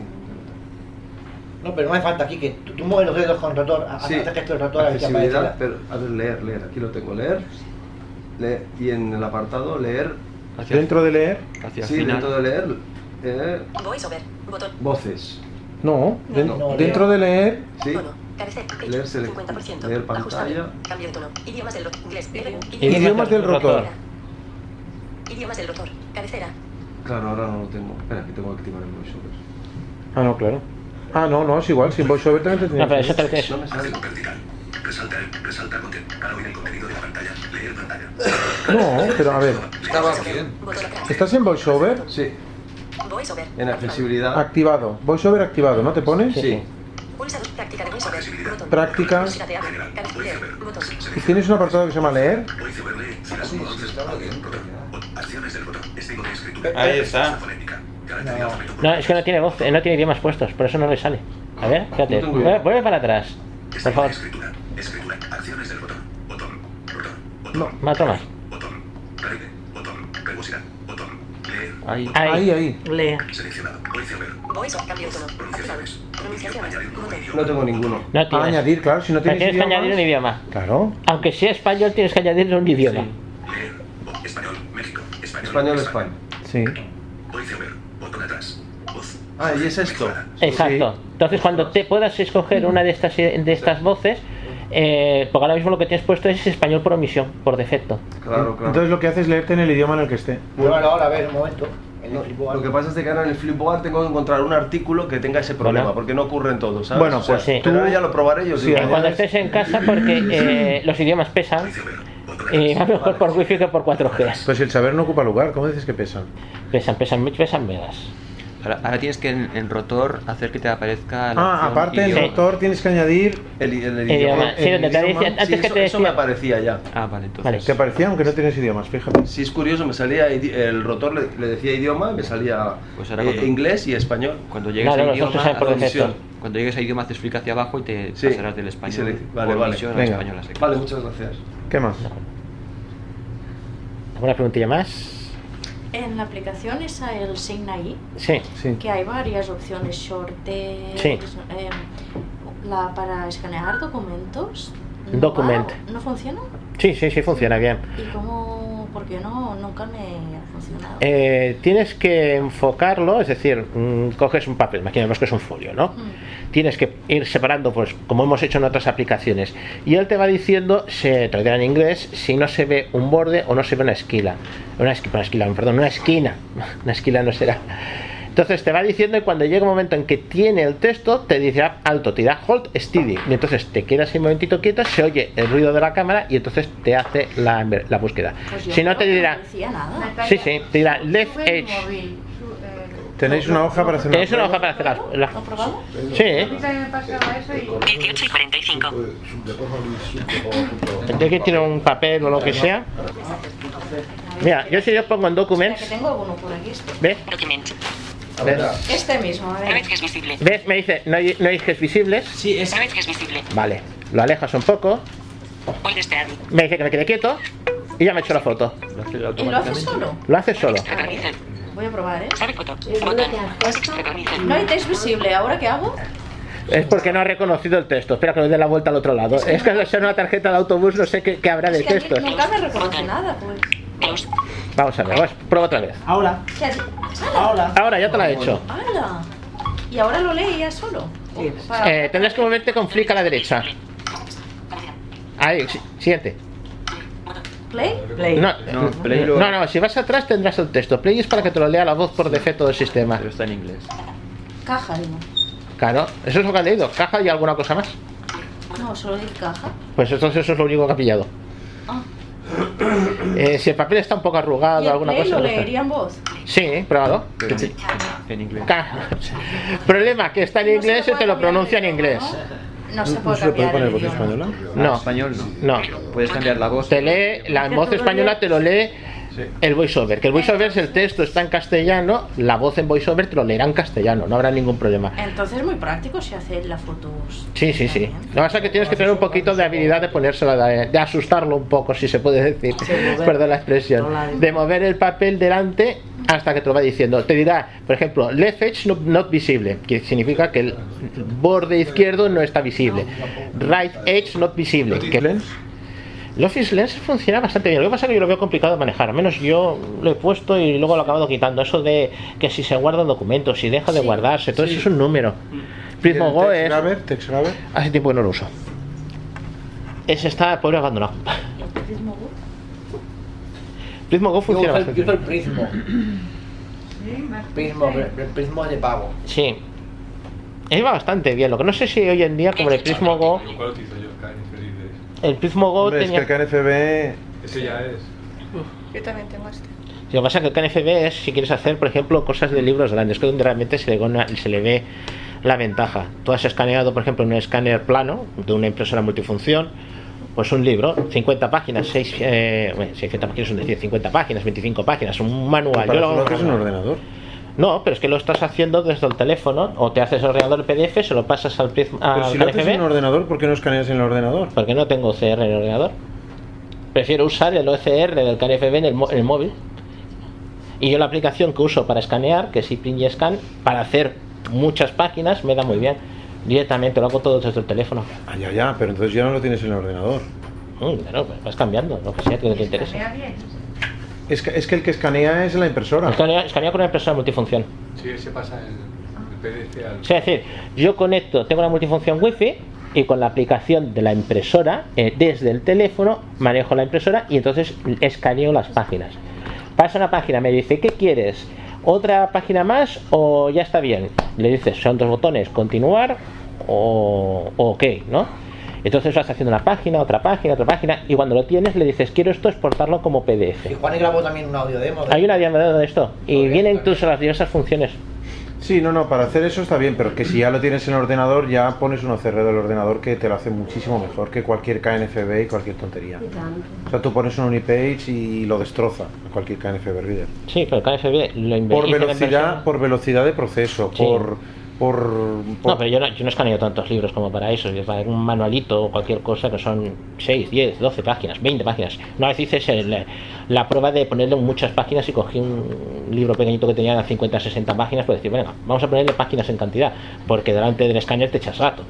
No, pero no hace falta aquí que tú mueves los dedos con el rotor, haces que esto el rotor accesibilidad, pero a ver, leer, aquí lo tengo, leer, y en el apartado leer. ¿Dentro de leer? Dentro de leer. Voces. No, dentro de leer. Sí. Leer, leer pantalla. Idiomas del rotor. Idiomas del rotor. Cabecera. Claro, ahora no lo tengo. Espera, que tengo que activar el voiceover. Ah, no, claro. Ah, no, es igual. Sin voiceover también te tienes. No, pero eso te lo tienes. No me sale. Resalta contenido. Para oír el contenido de la pantalla. Leer pantalla. No, pero a ver. Estaba bien. ¿Estás en VoiceOver? Sí. En accesibilidad. Activado. VoiceOver activado, ¿no te pones? Sí. Práctica. ¿Y tienes un apartado que se llama leer? Ahí está. No, es que no tiene voz, no tiene idiomas puestos, por eso no le sale. A ver, fíjate. Vuelve para atrás, por favor. No. Otro más. Ahí. Lea. No tengo ninguno. No tienes. Añadir, claro, si no tienes tienes que idiomas. añadir un idioma. Claro. Aunque sea español, tienes que añadirle un idioma. Español, España. Sí. Ah, y es esto. Exacto. Entonces, cuando te puedas escoger una de estas voces, porque ahora mismo lo que tienes puesto es español por omisión, por defecto. Claro. Entonces lo que hace es leerte en el idioma en el que esté. Bueno, ahora, a ver, un momento. Lo que pasa es que ahora en el Flipboard tengo que encontrar un artículo que tenga ese problema, porque no ocurre en todos, ¿sabes? Bueno, pues sí. Pero ahora ya lo probaré yo. Sí, Cuando estés en casa, porque los idiomas pesan, y va mejor por wifi que por 4G. Pues si el saber no ocupa lugar, ¿cómo dices que pesan? Pesan megas. Ahora tienes que en rotor hacer que te aparezca la opción aparte idioma. en rotor tienes que añadir el idioma. Sí, donde te decía, antes que te decía. Eso me aparecía ya. Ah, vale, entonces. Te aparecía aunque no tienes idiomas, fíjate. Sí, es curioso, me salía el rotor, le decía idioma, me salía pues ahora inglés y español. Cuando llegues a idioma, cuando llegues a idioma haces clic hacia abajo y te pasarás del español vale. al español a secas. Vale, muchas gracias. ¿Qué más? ¿Alguna preguntilla más? En la aplicación esa, el Signai, sí. Que hay varias opciones, shorters, sí. Para escanear documentos. Document. ¿No funciona? Sí, funciona bien. ¿Y cómo? ¿Por qué no? Nunca me ha funcionado. Tienes que enfocarlo, es decir, coges un papel, imaginemos que es un folio, ¿no? Tienes que ir separando, pues como hemos hecho en otras aplicaciones, y él te va diciendo, te lo dirá en inglés, si no se ve un borde o no se ve una esquina. Una esquina no será. Entonces te va diciendo, y cuando llega un momento en que tiene el texto, te dirá alto, te dirá hold steady, y entonces te quedas un momentito quieto, se oye el ruido de la cámara y entonces te hace la búsqueda. Pues si no te dirá, sí, te dirá left edge. ¿Tenéis una hoja para hacer ¿Tenéis una hoja para hacer las? ¿Lo probamos? Sí. A mí también me pasaba eso y... 18 y 45. Tendré que tirar un papel o lo que sea. Mira, yo si yo pongo en Documents. Que tengo alguno por aquí. ¿Ves? ¿Ves? Este mismo, a ver. Edges visible. ¿Ves? Me dice, no hay edges visibles. Sí, es edges visible. Vale, lo alejas un poco. Me dice que me quede quieto y ya me he hecho la foto. ¿Y lo hace solo? Lo hace solo. Voy a probar, No hay text visible, ¿ahora qué hago? Es porque no ha reconocido el texto. Espera que le dé la vuelta al otro lado. Es que al ser una tarjeta de autobús no sé qué habrá de textos. Nunca me reconoce nada, pues. Vamos a ver, prueba otra vez. Ahora. Ahora ya te la he hecho. ¡Hala! ¿Y ahora lo lee ya solo? Tendrás que moverte con flick a la derecha. Ahí, siguiente. ¿Play? No, si vas atrás tendrás el texto. Play es para que te lo lea la voz por defecto del sistema. Pero está en inglés. Caja, digo. Claro, eso es lo que han leído. ¿Caja y alguna cosa más? No, solo di caja. Pues entonces eso es lo único que ha pillado. Ah. Si el papel está un poco arrugado o alguna cosa. ¿Lo leería en voz? Sí, pruébalo. En inglés. Problema, que está en inglés y te lo pronuncia en inglés. No se puede cambiar el idioma. española? No. Español no. Puedes cambiar la voz. Te lee, la voz española te lo lee el voiceover. Que el voiceover es el texto, está en castellano, la voz en voiceover te lo leerá en castellano, no habrá ningún problema. Entonces es muy práctico si hace las fotos. Sí. Lo que pasa es que tienes que tener un poquito de habilidad de ponérsela, de asustarlo un poco, si se puede decir. Perdón la expresión. De mover el papel delante hasta que te lo va diciendo. Te dirá, por ejemplo, left edge not visible, que significa que el borde izquierdo no está visible. Right edge not visible. El Office Lens funciona bastante bien. Lo que pasa es que yo lo veo complicado de manejar. Al menos yo lo he puesto y luego lo he acabado quitando. Eso de que si se guardan documentos, si deja de guardarse, todo eso es un número. Prismo Go es... TextGrabber. Hace tiempo que no lo uso. Ese está pobre abandonado. ¿Prismo Go? Prismo Go funciona bastante. Yo uso el Prismo. El Prismo de pavo. Sí. Va bastante bien. Lo que no sé si hoy en día, como el Prismo Go... ¿Cuál utilizo yo? el Prismo Go Hombre, tenía... es que el KNFB... Ese ya es. Yo también tengo este. Lo que pasa es que el KNFB es si quieres hacer, por ejemplo, cosas de libros grandes, que es donde realmente se le ve la ventaja. Tú has escaneado, por ejemplo, en un escáner plano de una impresora multifunción, pues un libro, 50 páginas, 600 páginas, es decir, 50 páginas, 25 páginas, un manual. ¿Para eso lo haces en un ordenador? No, pero es que lo estás haciendo desde el teléfono, o te haces el ordenador PDF, se lo pasas al Prisma. Pero si lo haces en un ordenador, ¿por qué no escaneas en el ordenador? Porque no tengo OCR en el ordenador. Prefiero usar el OCR del KNFB en el móvil. Y yo la aplicación que uso para escanear, que es iPrint y Scan, para hacer muchas páginas, me da muy bien. Directamente lo hago todo desde el teléfono. Ah, ya, pero entonces ya no lo tienes en el ordenador. Claro, pues vas cambiando, lo que sea que te interese. Es que el que escanea es la impresora. Escanea con una impresora multifunción. Sí, se pasa el PDF al... O sea, es decir, yo tengo una multifunción Wi-Fi y con la aplicación de la impresora, desde el teléfono, manejo la impresora y entonces escaneo las páginas. Pasa una página, me dice, ¿qué quieres? ¿Otra página más o ya está bien? Le dices, son 2 botones, continuar o OK, ¿no? Entonces vas haciendo una página, otra página, y cuando lo tienes le dices, quiero esto exportarlo como PDF. Y Juan grabó también un audio demo. Hay una demo de esto, y vienen incluso las diversas funciones. Sí, para hacer eso está bien, pero que si ya lo tienes en el ordenador, ya pones un OCR del ordenador que te lo hace muchísimo mejor que cualquier KNFB y cualquier tontería. O sea, tú pones un Unipage y lo destroza a cualquier KNFB reader. Sí, pero el KNFB lo inventa por velocidad de proceso, sí. No, pero yo no escaneo tantos libros como para eso. Es para un manualito o cualquier cosa que son 6, 10, 12 páginas, 20 páginas. Una vez hice la prueba de ponerle muchas páginas y cogí un libro pequeñito que tenía 50, 60 páginas, pues decir, venga, vamos a ponerle páginas en cantidad, porque delante del escáner te echas rato.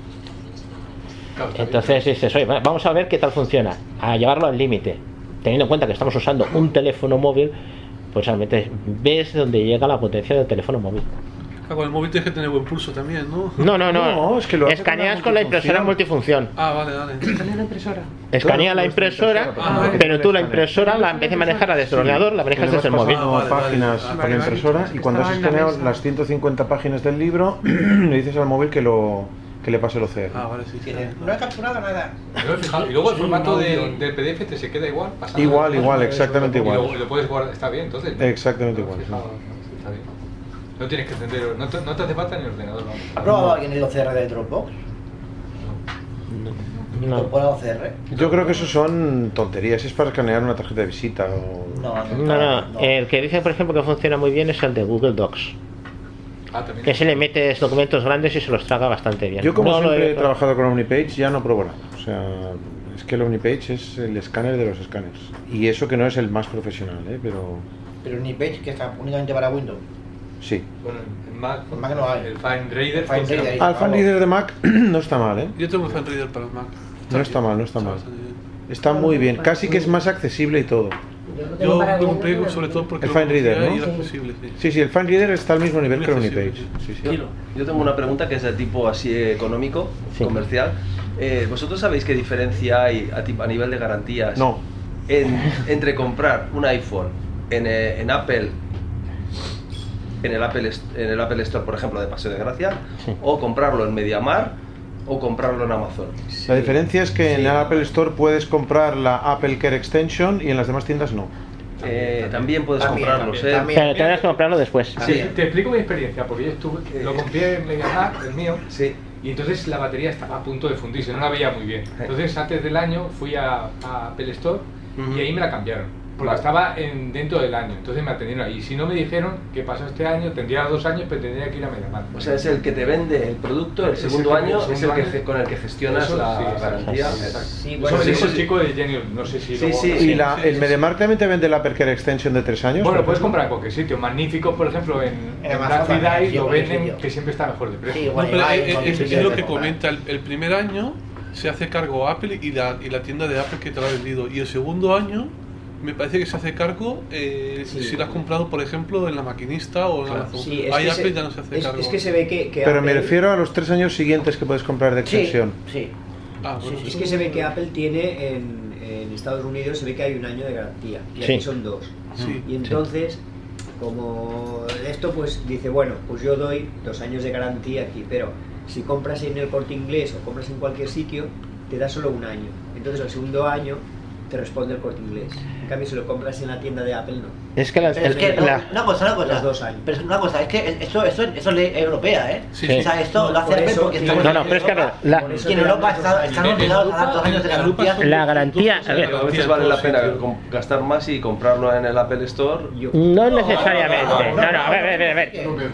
Entonces dices, oye, vamos a ver qué tal funciona, a llevarlo al límite, teniendo en cuenta que estamos usando un teléfono móvil, pues realmente ves dónde llega la potencia del teléfono móvil. Con el móvil tienes que tener buen pulso también, ¿no? No, es que lo escaneas con la impresora multifunción. Ah, vale. ¿Escanea la impresora? Escanea la impresora, pero tú la impresora, en vez de manejarla desde el ordenador, la manejas desde el móvil. Páginas con la impresora y cuando has escaneado las 150 páginas del libro, le dices al móvil que le pase el OCR. Ah, vale, sí. No he capturado nada. Y luego el formato del PDF te se queda igual. Igual, exactamente igual. Y lo puedes guardar, está bien, entonces. Exactamente igual. Está bien. No tienes que encender, no te hace falta ni el ordenador. ¿Ha probado alguien el OCR de Dropbox? No. ¿Por OCR? Yo creo que eso son tonterías, es para escanear una tarjeta de visita o... No. El que dice, por ejemplo, que funciona muy bien es el de Google Docs. Que se le metes documentos grandes y se los traga bastante bien. Yo como siempre he trabajado con Omnipage ya no pruebo nada. O sea, es que el Omnipage es el escáner de los escáneres. Y eso que no es el más profesional, pero... Pero Omnipage que está únicamente para Windows. Sí. Bueno, en Mac no hay. El FineReader. El FineReader de Mac no está mal, ¿eh? Yo tengo el FineReader para el Mac. No está mal. Está muy bien, casi que es más accesible y todo. Yo lo compré sobre todo porque el FineReader, ¿no? era accesible, sí, el FineReader está al mismo nivel que el Omnipage. Sí. Yo tengo una pregunta que es de tipo así económico, comercial. ¿Vosotros sabéis qué diferencia hay a nivel de garantías? No. Entre comprar un iPhone en Apple, en el Apple Store, por ejemplo, de Paseo de Gracia, o comprarlo en MediaMarkt o comprarlo en Amazon? La diferencia es que en el Apple Store puedes comprar la Apple Care Extension y en las demás tiendas no. También puedes comprarlos, Pero tendrás que comprarlo después. Sí, te explico mi experiencia, porque yo lo compré en MediaMarkt, el mío, y entonces la batería estaba a punto de fundirse, no la veía muy bien. Entonces antes del año fui a Apple Store y ahí me la cambiaron. Porque estaba dentro del año, entonces me atendieron ahí. Y si no me dijeron que pasó este año, tendría 2 años, pero tendría que ir a MediaMarkt. O sea, es el que te vende el producto, el segundo año es el que con el que gestionas la garantía. Sí, bueno, eso el chico de Genius, no sé si ¿Y el MediaMarkt también te vende la Apple Care Extension de 3 años? Bueno, puedes comprar en cualquier sitio. Magnífico, por ejemplo, en Black Friday lo venden, que siempre está mejor de precio. Es lo que comenta, el primer año se hace cargo Apple y la tienda de Apple que te lo ha vendido. Y el segundo año me parece que se hace cargo si lo has comprado, por ejemplo, en La Maquinista o en Amazon. Ahí Apple ya no se hace cargo. Es que se ve que pero Apple... me refiero a los 3 años siguientes que puedes comprar de extensión. Es que se ve que Apple tiene en Estados Unidos, se ve que hay 1 año de garantía y aquí son 2. Y entonces, como esto, pues dice, bueno, pues yo doy 2 años de garantía aquí, pero si compras en el Corte Inglés o compras en cualquier sitio, te da solo 1 año. Entonces al segundo año te responde el Corte Inglés. En cambio, si lo compras en la tienda de Apple, no. Es que una cosa. Los 2 años. Pero una cosa, es que eso es ley europea, ¿eh? Sí. O sea, esto lo hace Apple porque estamos pero es que y en Europa están obligados a dar 2 años de garantía. La garantía... A veces vale la pena gastar más y comprarlo en el Apple Store. No necesariamente. No, a ver.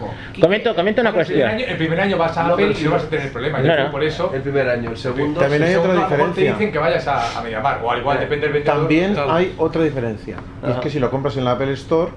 Comento una cuestión. El primer año vas a Apple y no vas a tener problemas. No. Por eso... El primer año, el segundo... También hay otra diferencia. Te dicen que vayas a MediaMarkt, o al igual depende del vendedor. También hay otra diferencia. Y es que si lo compras en la Apple Store,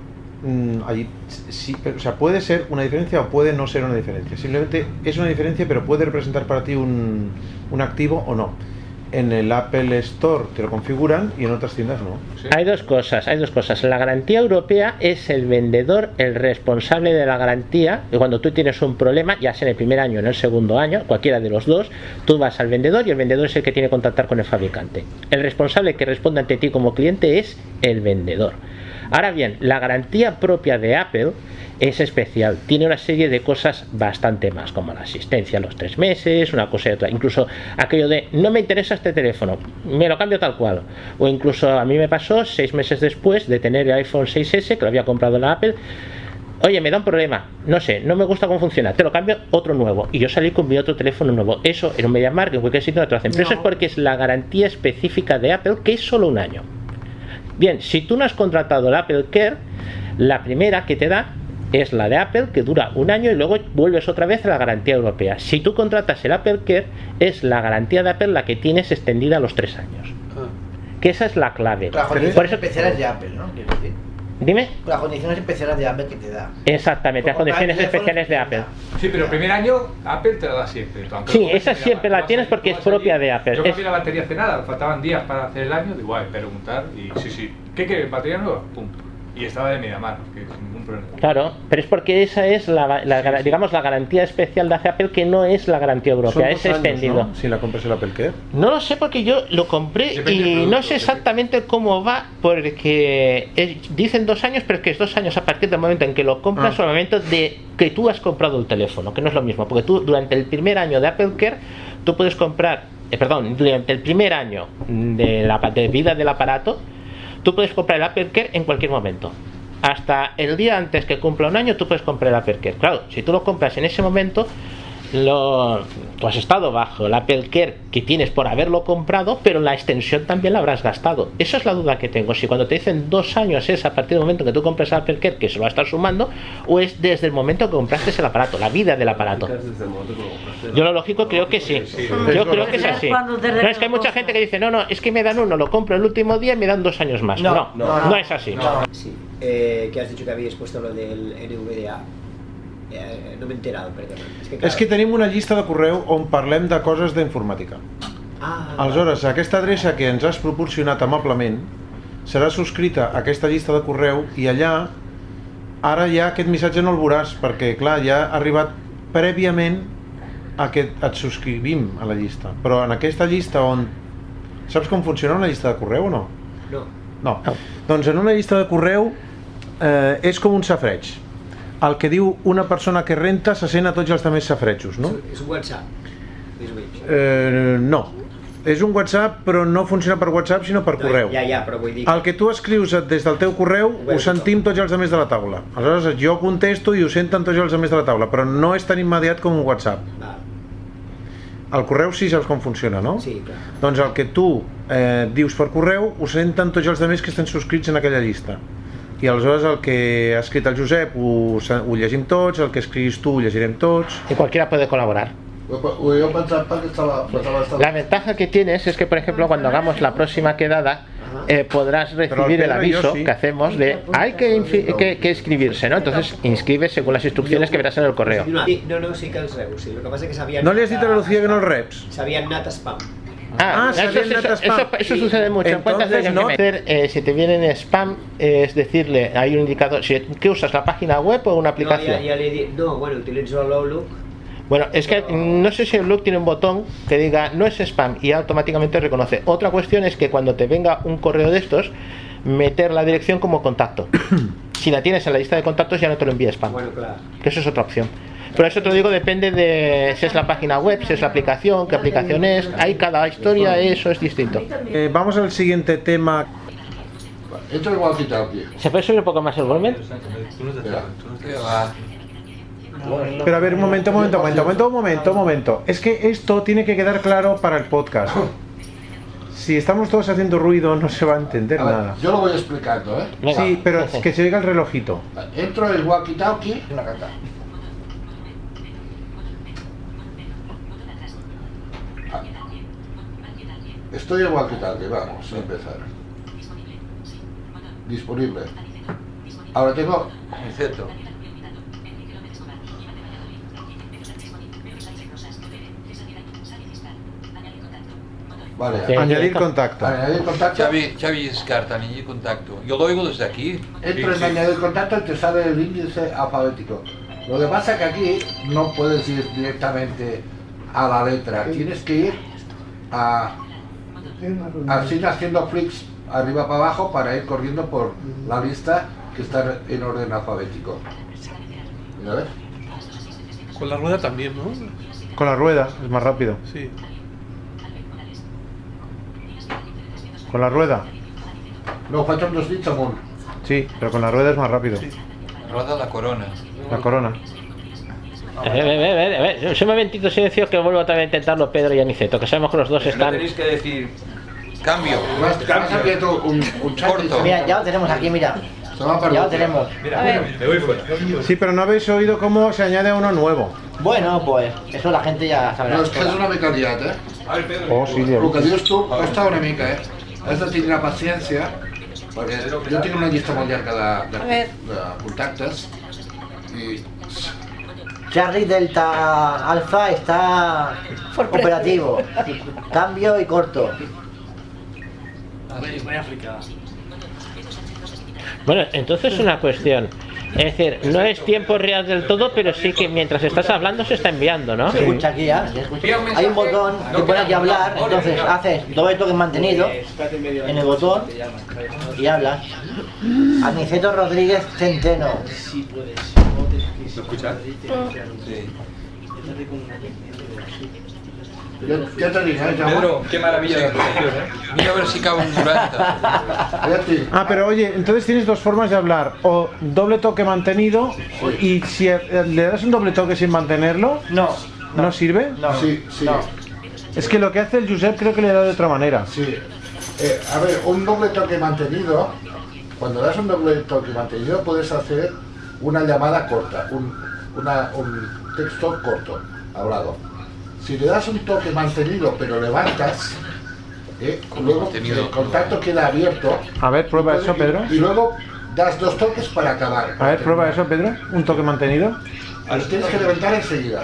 allí sí, o sea, puede ser una diferencia o puede no ser una diferencia. Simplemente es una diferencia, pero puede representar para ti un activo o no. En el Apple Store te lo configuran y en otras tiendas no. Sí. Hay dos cosas. La garantía europea es el vendedor el responsable de la garantía, y cuando tú tienes un problema, ya sea en el primer año o en el segundo año, cualquiera de los dos, tú vas al vendedor y el vendedor es el que tiene que contactar con el fabricante. El responsable que responde ante ti como cliente es el vendedor. Ahora bien, la garantía propia de Apple es especial, tiene una serie de cosas bastante más, como la asistencia a los 3 meses, una cosa y otra, incluso aquello de no me interesa este teléfono, me lo cambio tal cual, o incluso a mí me pasó 6 meses después de tener el iPhone 6S, que lo había comprado en la Apple. Oye, me da un problema, no sé, no me gusta cómo funciona, te lo cambio otro nuevo, y yo salí con mi otro teléfono nuevo. Eso en un MediaMarkt, en cualquier sitio no te lo hacen, pero eso es porque es la garantía específica de Apple, que es solo un año. Bien, si tú no has contratado el Apple Care, la primera que te da es la de Apple, que dura un año y luego vuelves otra vez a la garantía europea. Si tú contratas el Apple Care, es la garantía de Apple la que tienes extendida a los 3 años. Que esa es la clave. Las condiciones especiales de Apple, ¿no? Quiero decir. Dime. Las condiciones especiales de Apple que te da. Exactamente, las condiciones especiales de Apple. Sí, pero el primer año Apple te la da siempre. Sí, esa siempre la tienes porque es propia de Apple. Yo cambié la batería hace nada, faltaban días para hacer el año, digo, preguntar y sí. ¿Qué quieres? ¿Batería nueva? Pum. Y estaba de MediaMarkt, que sin ningún problema. Claro, pero es porque esa es digamos la garantía especial de Apple, que no es la garantía europea, es extendido. ¿No? Si la compras el Apple Care. No lo sé porque yo lo compré y no sé exactamente cómo va, porque dicen 2 años, pero es que es 2 años a partir del momento en que lo compras o al momento de que tú has comprado el teléfono, que no es lo mismo, porque tú durante el primer año de Apple Care tú puedes comprar, durante el primer año de vida del aparato, tú puedes comprar el Apple Care en cualquier momento. Hasta el día antes que cumpla un año tú puedes comprar el Apple Care. Claro, si tú lo compras en ese momento, tú has estado bajo el Apple Care que tienes por haberlo comprado, pero la extensión también la habrás gastado. Esa es la duda que tengo. Si cuando te dicen 2 años es a partir del momento que tú compras el Apple Care que se lo va a estar sumando, o es desde el momento que compraste el aparato, la vida del aparato. Yo lo lógico creo que sí. Yo creo que es así. No, es que hay mucha gente que dice, no, es que me dan uno, lo compro el último día y me dan 2 años más. No es así. Sí. Que has dicho que habíais puesto lo del NVDA. No m'he enterat, perdó. És que tenim una llista de correu on parlem de coses d'informàtica. Aleshores, aquesta adreça que ens has proporcionat amablement serà subscrita a aquesta llista de correu i allà ara ja aquest missatge no el veuràs perquè, clar, ja ha arribat prèviament a que et subscrivim a la llista. Però en aquesta llista on... Saps com funciona una llista de correu o no? No. Doncs en una llista de correu és com un safareig. El que diu una persona que renta se sent a tots els altres safarejos, no? És un WhatsApp. No. És un WhatsApp, però no funciona per WhatsApp, sinó per correu. Ja, però vull dir... El que tu escrius des del teu correu ho sentim tots els altres de la taula. Aleshores jo contesto i ho senten tots els altres de la taula, però no és tan immediat com un WhatsApp. El correu sí saps com funciona, no? Sí, clar. Doncs el que tu dius per correu ho senten tots els altres que estan subscrits en aquella llista. I aleshores el que ha escrit el Josep ho llegim tots, el que escriguis tu ho llegirem tots. Y cualquiera puede colaborar. La ventaja que tienes es que, por ejemplo, cuando hagamos la próxima quedada, podrás recibir el aviso que hacemos de hay que inscribirse, ¿no? Entonces inscribes según las instrucciones que verás en el correo. No, sí que els reus, sí. Lo que pasa es que sabían... ¿No le has dit a la Lucía que no els reps? Sabían nat spam. Eso sucede mucho. Entonces, no. Si te viene en spam, es decirle, hay un indicador. ¿Qué usas, la página web o una aplicación? Bueno, utilizo el Outlook. Bueno, es que no sé si el Outlook tiene un botón que diga no es spam y automáticamente reconoce. Otra cuestión es que cuando te venga un correo de estos, meter la dirección como contacto. Si la tienes en la lista de contactos ya no te lo envía spam. Bueno, claro. Que eso es otra opción. Pero eso te lo digo, depende de si es la página web, si es la aplicación, qué aplicación es. Hay cada historia, eso es distinto. Vamos al siguiente tema. Esto es walkie-talkie. ¿Se puede subir un poco más el volumen? Pero a ver, un momento. Es que esto tiene que quedar claro para el podcast. Si estamos todos haciendo ruido, no se va a entender nada. Yo lo voy explicando, ¿eh? Sí, pero es que se oiga el relojito. Entro en el walkie-talkie. Estoy en walkie-talkie, vamos a empezar. Disponible. Ahora tengo... Cierto. Vale, añadir contacto. Añadir contacto. Xavi Escarta, añadir contacto. Yo lo oigo desde aquí. Entro en añadir contacto y te sale el índice alfabético. Lo que pasa es que aquí no puedes ir directamente a la letra. Tienes que ir así haciendo flicks arriba para abajo para ir corriendo por la lista que está en orden alfabético. ¿Mira, ves? Con la rueda también, ¿no? Con la rueda, es más rápido. Sí. ¿Con la rueda? No, faltan dos dits amunt. Sí, pero con la rueda es más rápido. Sí. Roda la corona. La corona. Un momentito silencio que vuelvo otra vez a intentarlo Pedro y Aniceto, que sabemos que los dos están... No tenéis que decir cambio. Un corto. Mira, ya lo tenemos aquí, mira. Ya lo tenemos. Mira, me voy fuera. Sí, pero no habéis oído cómo se añade uno nuevo. Bueno, pues eso la gente ya sabrá. No, és que és una mica liat, eh? Oh, sí, el que dius tu costa una mica, eh? Has de tindre paciència, perquè jo tinc una llista molt llarga de contactes i... Charlie Delta Alpha está operativo. Cambio y corto. Bueno, entonces una cuestión. Es decir, no es tiempo real del todo, pero sí que mientras estás hablando se está enviando, ¿no? Se escucha aquí ya, se escucha. Hay un botón que pone aquí hablar, entonces haces doble toque mantenido en el botón y hablas. Aniceto Rodríguez Centeno. ¿Lo escuchas? Sí. Ja te dic, Pedro, qué maravilla de aplicación, ¿eh? Mira a ver si cabe un 90. Ah, pero oye, entonces tienes dos formas de hablar. O doble toque mantenido, y si le das un doble toque sin mantenerlo, ¿no sirve? No, sí. No. Es que lo que hace el Josep creo que le da de otra manera. Sí. A ver, un doble toque mantenido, cuando das un doble toque mantenido puedes hacer una llamada corta, un texto corto, hablado. Si le das un toque mantenido pero levantas, luego el contacto queda abierto. A ver, prueba eso, Pedro. Y luego das dos toques para acabar. A ver, prueba eso, Pedro. Un toque mantenido. Lo tienes que levantar enseguida.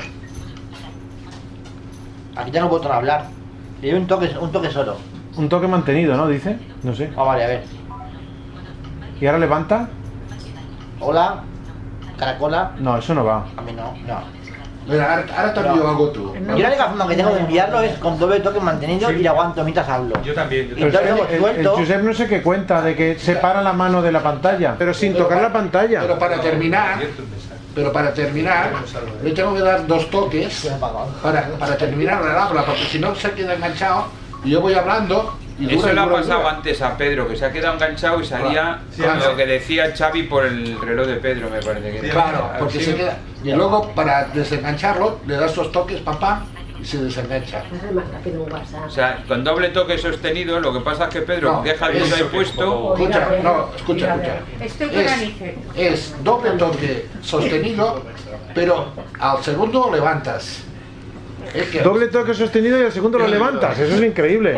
Aquí tengo un botón a hablar. Y un toque solo. Un toque mantenido, ¿no? Dice. No sé. Vale, a ver. ¿Y ahora levanta? Hola. Caracola. No, eso no va. A mí no. Mira, ahora te envío algo tú. Yo la única forma que tengo de enviarlo es con doble toque mantenido y le aguanto mientras hablo. Yo también. El Josep no sé qué cuenta de que separa la mano de la pantalla, pero sin tocar la pantalla. Pero para terminar, le tengo que dar dos toques para terminar el habla, porque si no se queda enganchado y yo voy hablando. Eso le ha pasado antes a Pedro, que se ha quedado enganchado y salía lo que decía Xavi por el reloj de Pedro, me parece que era. Claro, porque se queda. Y luego para desengancharlo le das dos toques, papá, y se desengancha. Es más rápido un WhatsApp. O sea, con doble toque sostenido, lo que pasa es que Pedro deja el dedo ahí puesto. Escucha. Estoy con Aniceto. Es doble toque sostenido, pero al segundo lo levantas. Doble toque sostenido y al segundo lo levantas, eso es increíble.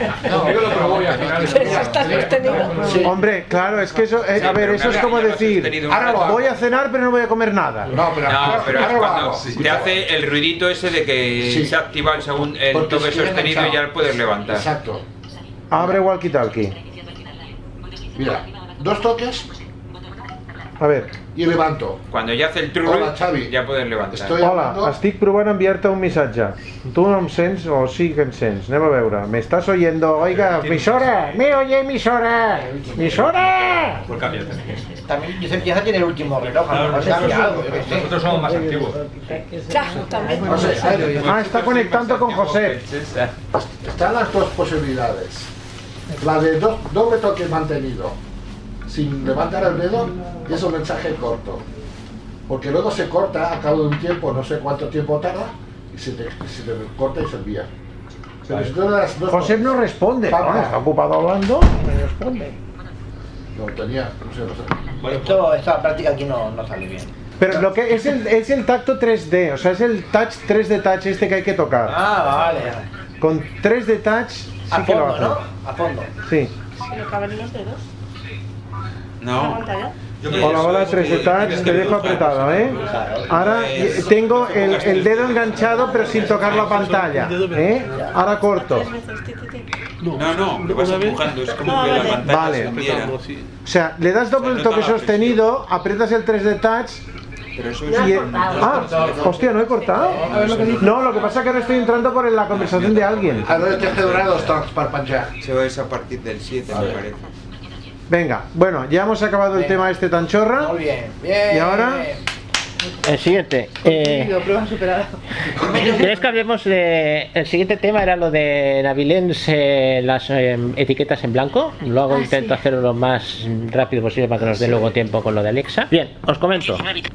Hombre, claro, es que eso, a ver, eso es como decir, voy a cenar pero no voy a comer nada. No, pero es cuando te hace el ruidito ese de que se activa el toque sostenido y ya lo puedes levantar. Exacto. Abre walkie-talkie. Mira, dos toques A ver. I levanto. Cuando ya hace el true, Hola, Xavi. ya puedes levantar. Hola, estic provant enviar-te un missatge. Tu no em sents o sí que em sents? Anem a veure. ¿Me estás oyendo? Oiga, emisora. ¿Me oye, emisora? ¡Emisora! Pues cámbiate. También Josep Pieza tiene el último reloj. Nosotros somos más antiguos. Está conectando con José. Están las dos posibilidades. La de doble toque mantenido, sin levantar el dedo, y es un mensaje corto. Porque luego se corta a cabo de un tiempo, no sé cuánto tiempo tarda, y se te corta y se envía. Pero si tú le das José no responde, ¿no? Está ocupado hablando, no responde. Lo tenía, no sé. Esta práctica aquí no sale bien. Pero lo que es el tacto 3D, o sea, es el touch 3D touch este que hay que tocar. Vale. Con 3D touch sí a que fondo, lo hace. ¿no? A fondo. Sí. ¿Pero caben los dedos? No. Con la bola 3D touch te dejo apretado, ¿eh? Ahora tengo el dedo enganchado pero sin tocar la pantalla, ¿eh? Ahora corto. No, lo vas empujando, es como que la pantalla Vale. se hundiera. O sea, le das doble toque sostenido, aprietas el 3D touch. Pero eso Hostia, ¿no he cortado? No, lo que pasa es que ahora estoy entrando por la conversación de alguien. Ahora te hace durar dos tocs para panchar. Eso es a partir del 7, me parece. Venga, bueno, ya hemos acabado el tema este tan chorra. Muy bien. Y ahora... El siguiente. Prueba superada. ¿Queréis que hablemos de...? El siguiente tema era lo de Navilens, las etiquetas en blanco. Luego intento hacerlo lo más rápido posible para que nos dé luego tiempo con lo de Alexa. Bien, os comento.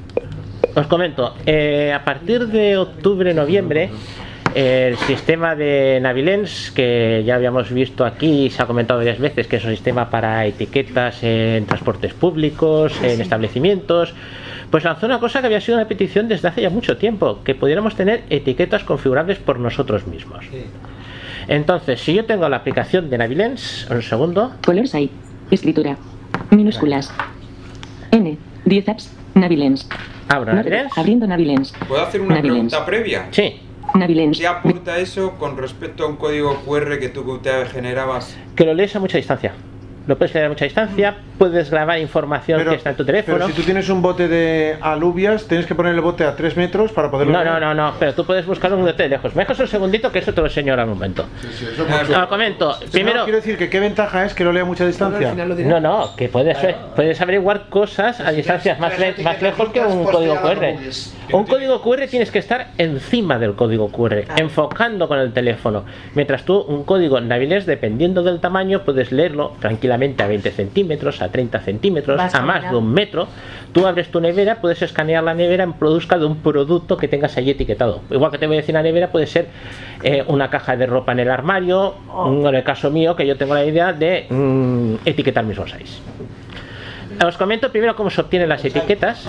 A partir de octubre-noviembre, el sistema de Navilens, que ya habíamos visto aquí y se ha comentado varias veces, que es un sistema para etiquetas en transportes públicos, en establecimientos, pues lanzó una cosa que había sido una petición desde hace ya mucho tiempo, que pudiéramos tener etiquetas configurables por nosotros mismos. Entonces, si yo tengo la aplicación de Navilens, un segundo. Color site, escritura, minúsculas, N, 10 apps, Navilens. Abro Navilens. Abriendo Navilens. ¿Puedo hacer una pregunta previa? Sí. Navilens. ¿Qué aporta eso con respecto a un código QR que tú te generabas? Que lo lees a mucha distancia. Lo puedes leer a mucha distancia, puedes grabar información que está en tu teléfono. Pero si tú tienes un bote de alubias, tienes que poner el bote a 3 metros para poderlo leer. No, pero tú puedes buscar un bote de lejos. Me dejas un segundito que eso te lo enseño ahora un momento. Lo comento. Primero, quiero decir que qué ventaja es que lo lea a mucha distancia. No, que puedes averiguar cosas a distancias más lejos que un código QR. Un código QR tienes que estar encima del código QR, enfocando con el teléfono. Mientras tú, un código Navilens, dependiendo del tamaño, puedes leerlo tranquilamente a 20 centímetros, a 30 centímetros, a más de un metro. Tú abres tu nevera, puedes escanear la nevera en busca de un producto que tengas allí etiquetado. Igual que te voy a decir, la nevera puede ser una caja de ropa en el armario, en el caso mío, que yo tengo la idea de etiquetar mis bolsáis. Os comento primero cómo se obtienen las etiquetas.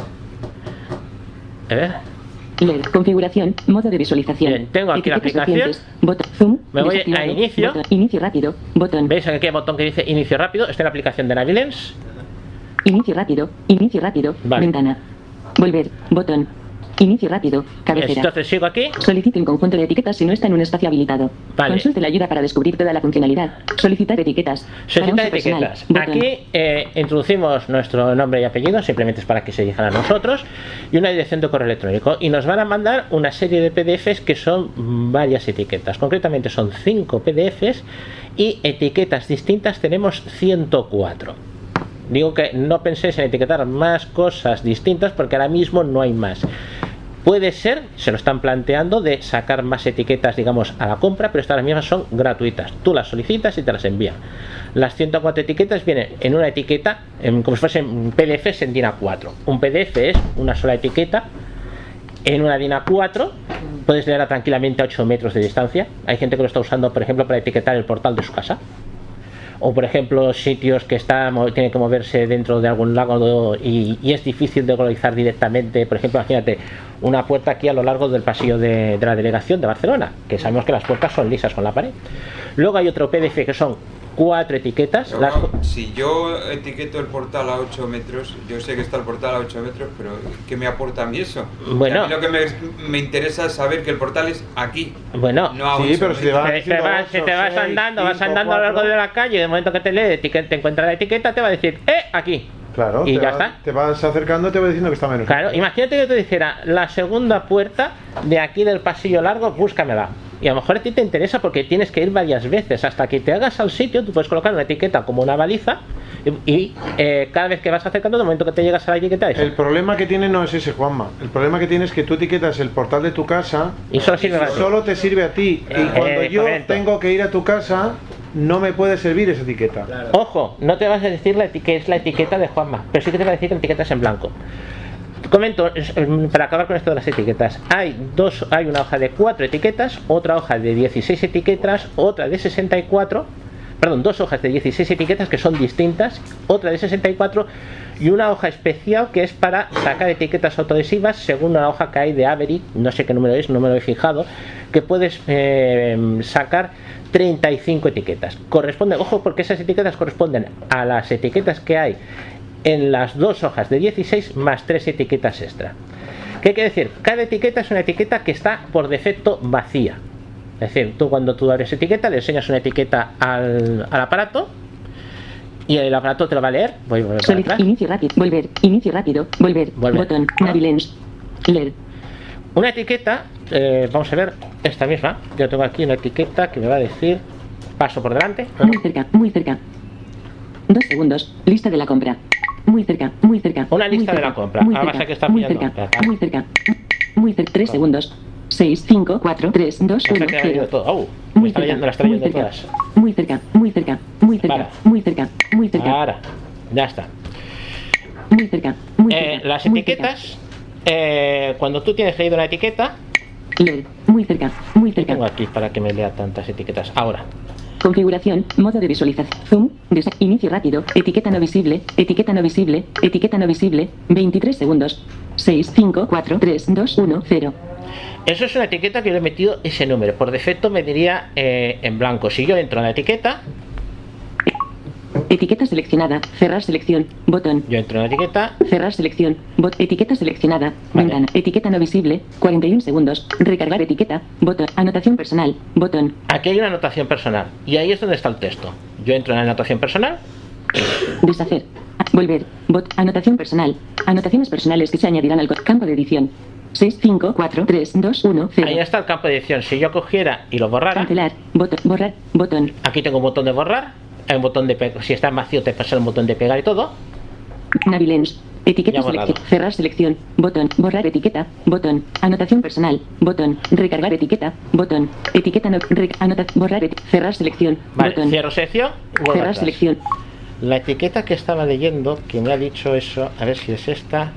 A ver. Leer, configuración, modo de visualización. Bien, tengo aquí la aplicación. Zoom, me voy a inicio. Inicio rápido, botón. ¿Veis aquí el botón que dice inicio rápido? Esta es la aplicación de Navilens. Inicio rápido, vale. Ventana. Volver, botón. Inicio rápido, cabecera. Entonces sigo aquí. Solicite un conjunto de etiquetas si no está en un espacio habilitado. Vale. Consulte la ayuda para descubrir toda la funcionalidad. Solicitar etiquetas. Solicitar etiquetas. Aquí introducimos nuestro nombre y apellido, simplemente es para que se dirijan a nosotros, y una dirección de correo electrónico. Y nos van a mandar una serie de PDFs que son varias etiquetas. Concretamente son 5 PDFs y etiquetas distintas tenemos 104. Digo que no penséis en etiquetar más cosas distintas porque ahora mismo no hay más. Puede ser, se lo están planteando, de sacar más etiquetas, digamos, a la compra, pero estas mismas son gratuitas. Tú las solicitas y te las envían. Las 104 etiquetas vienen en una etiqueta, como si fuesen PDFs en DIN A4. Un PDF es una sola etiqueta en una DIN A4. Puedes leerla tranquilamente a 8 metros de distancia. Hay gente que lo está usando, por ejemplo, para etiquetar el portal de su casa. O por ejemplo sitios que tienen que moverse dentro de algún lago y es difícil de localizar directamente. Por ejemplo, imagínate una puerta aquí a lo largo del pasillo de la delegación de Barcelona, que sabemos que las puertas son lisas con la pared. Luego hay otro PDF que son 4 etiquetas. Si yo etiqueto el portal a 8 metros, yo sé que está el portal a 8 metros, pero ¿qué me aporta a mí eso? Bueno, a mí lo que me interesa es saber que el portal es aquí. Bueno, no a 8 pero si te vas andando a lo largo de la calle, de momento que te lee, te encuentra la etiqueta, te va a decir, aquí. Claro, y ya está. Te vas acercando, te va diciendo que está menos. Claro, imagínate que te dijera la segunda puerta de aquí del pasillo largo, búscamela. Y a lo mejor a ti te interesa porque tienes que ir varias veces. Hasta que te hagas al sitio, tú puedes colocar una etiqueta como una baliza y cada vez que vas acercando, de momento que te llegas a la etiqueta... El problema que tiene no es ese, Juanma. El problema que tienes es que tú etiquetas el portal de tu casa y solo te sirve a ti. Y cuando yo tengo que ir a tu casa, no me puede servir esa etiqueta. Claro. Ojo, no te vas a decir que es la etiqueta de Juanma, pero sí que te va a decir que la etiqueta es en blanco. Comento, para acabar con esto de las etiquetas, hay una hoja de 4 etiquetas, otra hoja de 16 etiquetas, otra de 64, perdón, 2 hojas de 16 etiquetas que son distintas, otra de 64 y una hoja especial que es para sacar etiquetas autoadhesivas según una hoja que hay de Avery, no sé qué número es, no me lo he fijado, que puedes sacar 35 etiquetas. Ojo, porque esas etiquetas corresponden a las etiquetas que hay en las 2 hojas de 16 más 3 etiquetas extra. ¿Qué quiere decir? Cada etiqueta es una etiqueta que está por defecto vacía. Es decir, cuando tú abres etiqueta, le enseñas una etiqueta al aparato y el aparato te lo va a leer. Voy a volver para atrás. Inicio rápido, volver, botón, Navilens, leer. Una etiqueta, vamos a ver, esta misma. Yo tengo aquí una etiqueta que me va a decir, paso por delante. Muy cerca. 2 segundos, lista de la compra. Muy cerca. Una lista de la compra. Muy cerca, que está muy cerca. 3 segundos. 6, 5, 4, 3, 2, 1, 0. Muy cerca. Las está leyendo todas. Muy cerca. Ahora, ya está. Muy cerca. Las etiquetas, cuando tú tienes leído una etiqueta, leer. Muy cerca. Tengo aquí para que me lea tantas etiquetas. Ahora. Configuración, modo de visualización, zoom, inicio rápido, etiqueta no visible, 23 segundos, 6, 5, 4, 3, 2, 1, 0. Eso es una etiqueta que yo le he metido ese número, por defecto me diría en blanco. Si yo entro en la etiqueta, etiqueta seleccionada, cerrar selección, botón. Yo entro en la etiqueta, cerrar selección, etiqueta seleccionada, ventana, etiqueta no visible, 41 segundos, recargar etiqueta, botón, anotación personal, botón. Aquí hay una anotación personal y ahí es donde está el texto. Yo entro en la anotación personal, deshacer, volver, anotación personal, anotaciones personales que se añadirán al campo de edición. 6, 5, 4, 3, 2, 1, 0. Ahí está el campo de edición. Si yo cogiera y lo borrara, cancelar, borrar, botón. Aquí tengo un botón de borrar, hay un botón de pegar. Si está vacío te pasa el botón de pegar y todo. Navilens, etiqueta selección, cerrar selección, botón, borrar etiqueta, botón, anotación personal, botón, recargar etiqueta, botón, etiqueta no, borrar, cerrar selección, vale, botón. Cierro sección, cerrar atrás. Selección. La etiqueta que estaba leyendo, que me ha dicho eso, a ver si es esta.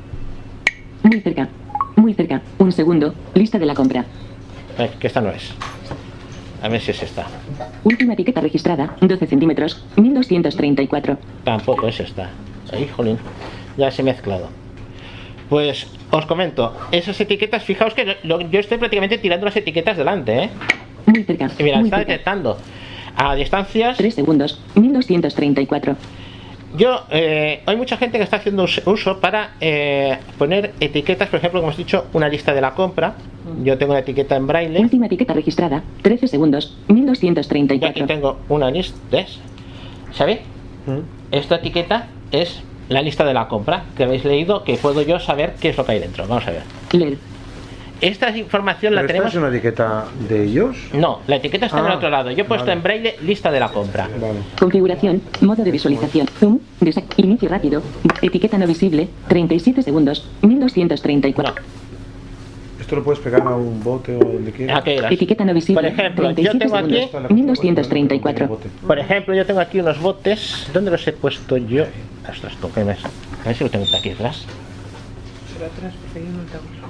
Muy cerca, 1 segundo, lista de la compra. Que esta no es. A ver si es esta. Última etiqueta registrada, 12 centímetros, 1234. Tampoco es esta. Ay, jolín, ya se ha mezclado. Pues os comento, esas etiquetas, fijaos que yo estoy prácticamente tirando las etiquetas delante, ¿eh? Muy cerca. Y mira, está detectando a distancias. 3 segundos, 1234. Yo, hay mucha gente que está haciendo uso para poner etiquetas, por ejemplo, como os he dicho, una lista de la compra. Yo tengo una etiqueta en braille. Última etiqueta registrada, 13 segundos, 1234. Y aquí tengo una lista, ¿ves? ¿Sabéis? Esta etiqueta es la lista de la compra que habéis leído, que puedo yo saber qué es lo que hay dentro. Vamos a ver. Leer. Esta información la tenemos. ¿Esta es una etiqueta de ellos? No, la etiqueta está en el otro lado. Yo he puesto en braille lista de la compra. Vale. Configuración, modo de visualización, zoom, inicio rápido, etiqueta no visible, 37 segundos, 1234. Esto lo puedes pegar a un bote o donde quieras. Etiqueta no visible, por ejemplo, 37 yo tengo aquí 1234. Por ejemplo, yo tengo aquí unos botes. ¿Dónde los he puesto yo? Ostras, a ver si lo tengo aquí atrás. Atrás, porque yo no tengo.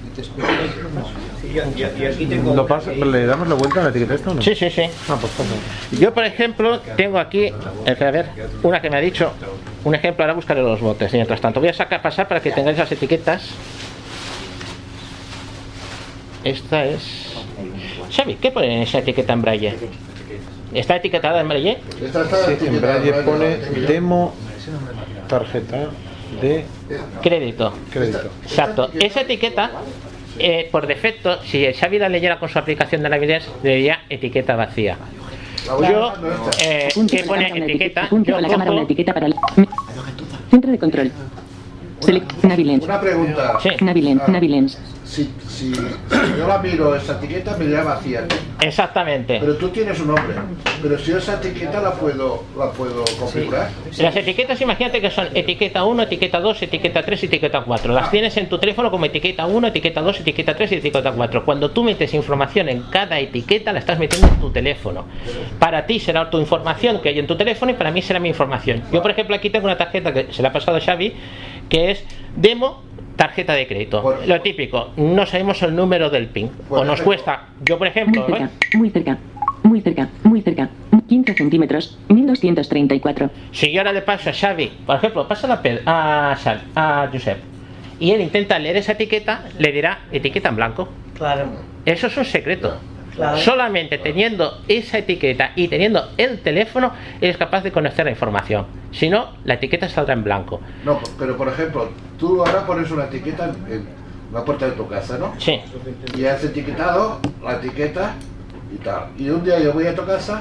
¿Le damos la vuelta a la etiqueta esta o no? Sí. Pues pasa. Yo, por ejemplo, tengo aquí, a ver, una que me ha dicho, un ejemplo, ahora buscaré los botes. Mientras tanto, voy a pasar para que tengáis las etiquetas. Esta es... Xavi, ¿qué pone en esa etiqueta en braille? ¿Está etiquetada en braille? Sí, en braille pone demo tarjeta de crédito. Exacto. Esa etiqueta, por defecto, si el Xavi la leyera con su aplicación de Navidez, le diría etiqueta vacía. Yo, ¿qué pone etiqueta? Yo la cámara, una etiqueta para el... Centro de control. Navilens. Una pregunta. Sí. Navilens. Si yo la miro, esa etiqueta me dirá vacía. Exactamente. Pero tú tienes un nombre. Pero si esa etiqueta la puedo configurar. Sí. Las etiquetas, imagínate que son etiqueta 1, etiqueta 2, etiqueta 3 y etiqueta 4. Las tienes en tu teléfono como etiqueta 1, etiqueta 2, etiqueta 3 y etiqueta 4. Cuando tú metes información en cada etiqueta, la estás metiendo en tu teléfono. Para ti será tu información que hay en tu teléfono y para mí será mi información. Yo, por ejemplo, aquí tengo una tarjeta que se la ha pasado a Xavi, que es demo tarjeta de crédito. Lo típico, no sabemos el número del PIN. O nos cuesta, yo por ejemplo... Muy cerca. 15 centímetros, 1234. Si yo ahora le paso a Xavi, por ejemplo, pasa a Josep, y él intenta leer esa etiqueta, le dirá etiqueta en blanco. Claro. Eso es un secreto. Claro. Solamente teniendo esa etiqueta y teniendo el teléfono eres capaz de conocer la información. Si no, la etiqueta saldrá en blanco. No, pero por ejemplo, tú ahora pones una etiqueta en la puerta de tu casa, ¿no? Sí. Y has etiquetado la etiqueta y tal. Y un día yo voy a tu casa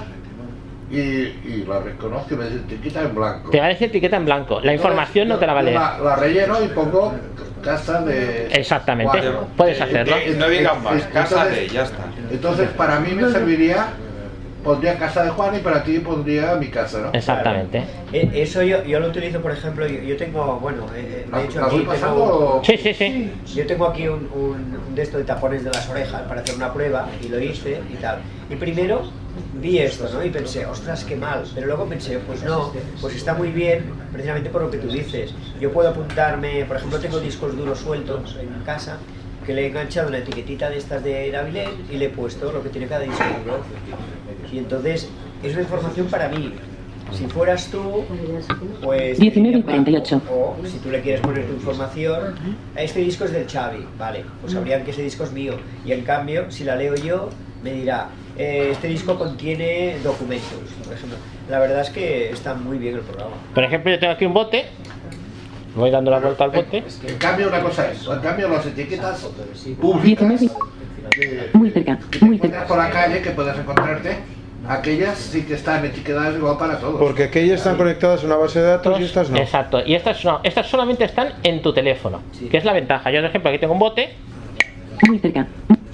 y la reconozco y me dice etiqueta en blanco. Te va a decir etiqueta en blanco. La información no te la va a leer. La relleno y pongo casa de... Exactamente. Puedes hacerlo. No digas más, casa de, ya está. Entonces para mí me serviría, pondría casa de Juan y para ti pondría mi casa, ¿no? Exactamente. Eso yo lo utilizo, por ejemplo, yo tengo, bueno, de hecho aquí tengo... Sí. Yo tengo aquí un de estos de tapones de las orejas para hacer una prueba y lo hice y tal. Y primero vi esto, ¿no? Y pensé, ostras, qué mal. Pero luego pensé, pues no, pues está muy bien, precisamente por lo que tú dices. Yo puedo apuntarme, por ejemplo, tengo discos duros sueltos en casa que le he enganchado una etiquetita de estas de Navilens y le he puesto lo que tiene cada disco duro. Y entonces es una información para mí. Si fueras tú, pues... 19:48. O si tú le quieres poner tu información, este disco es del Xavi, vale, pues sabrían que ese disco es mío. Y en cambio, si la leo yo, me dirá, este disco contiene documentos, por ejemplo. La verdad es que está muy bien el programa. Por ejemplo, yo tengo aquí un bote, voy dando la vuelta al bote. En cambio, una cosa es, en cambio las etiquetas públicas muy cerca por la calle que puedas encontrarte, aquellas sí que están etiquetadas igual para todos. Porque aquellas están conectadas a una base de datos y estas no. Exacto, y estas no, estas solamente están en tu teléfono, que es la ventaja. Yo, por ejemplo, aquí tengo un bote. Muy cerca.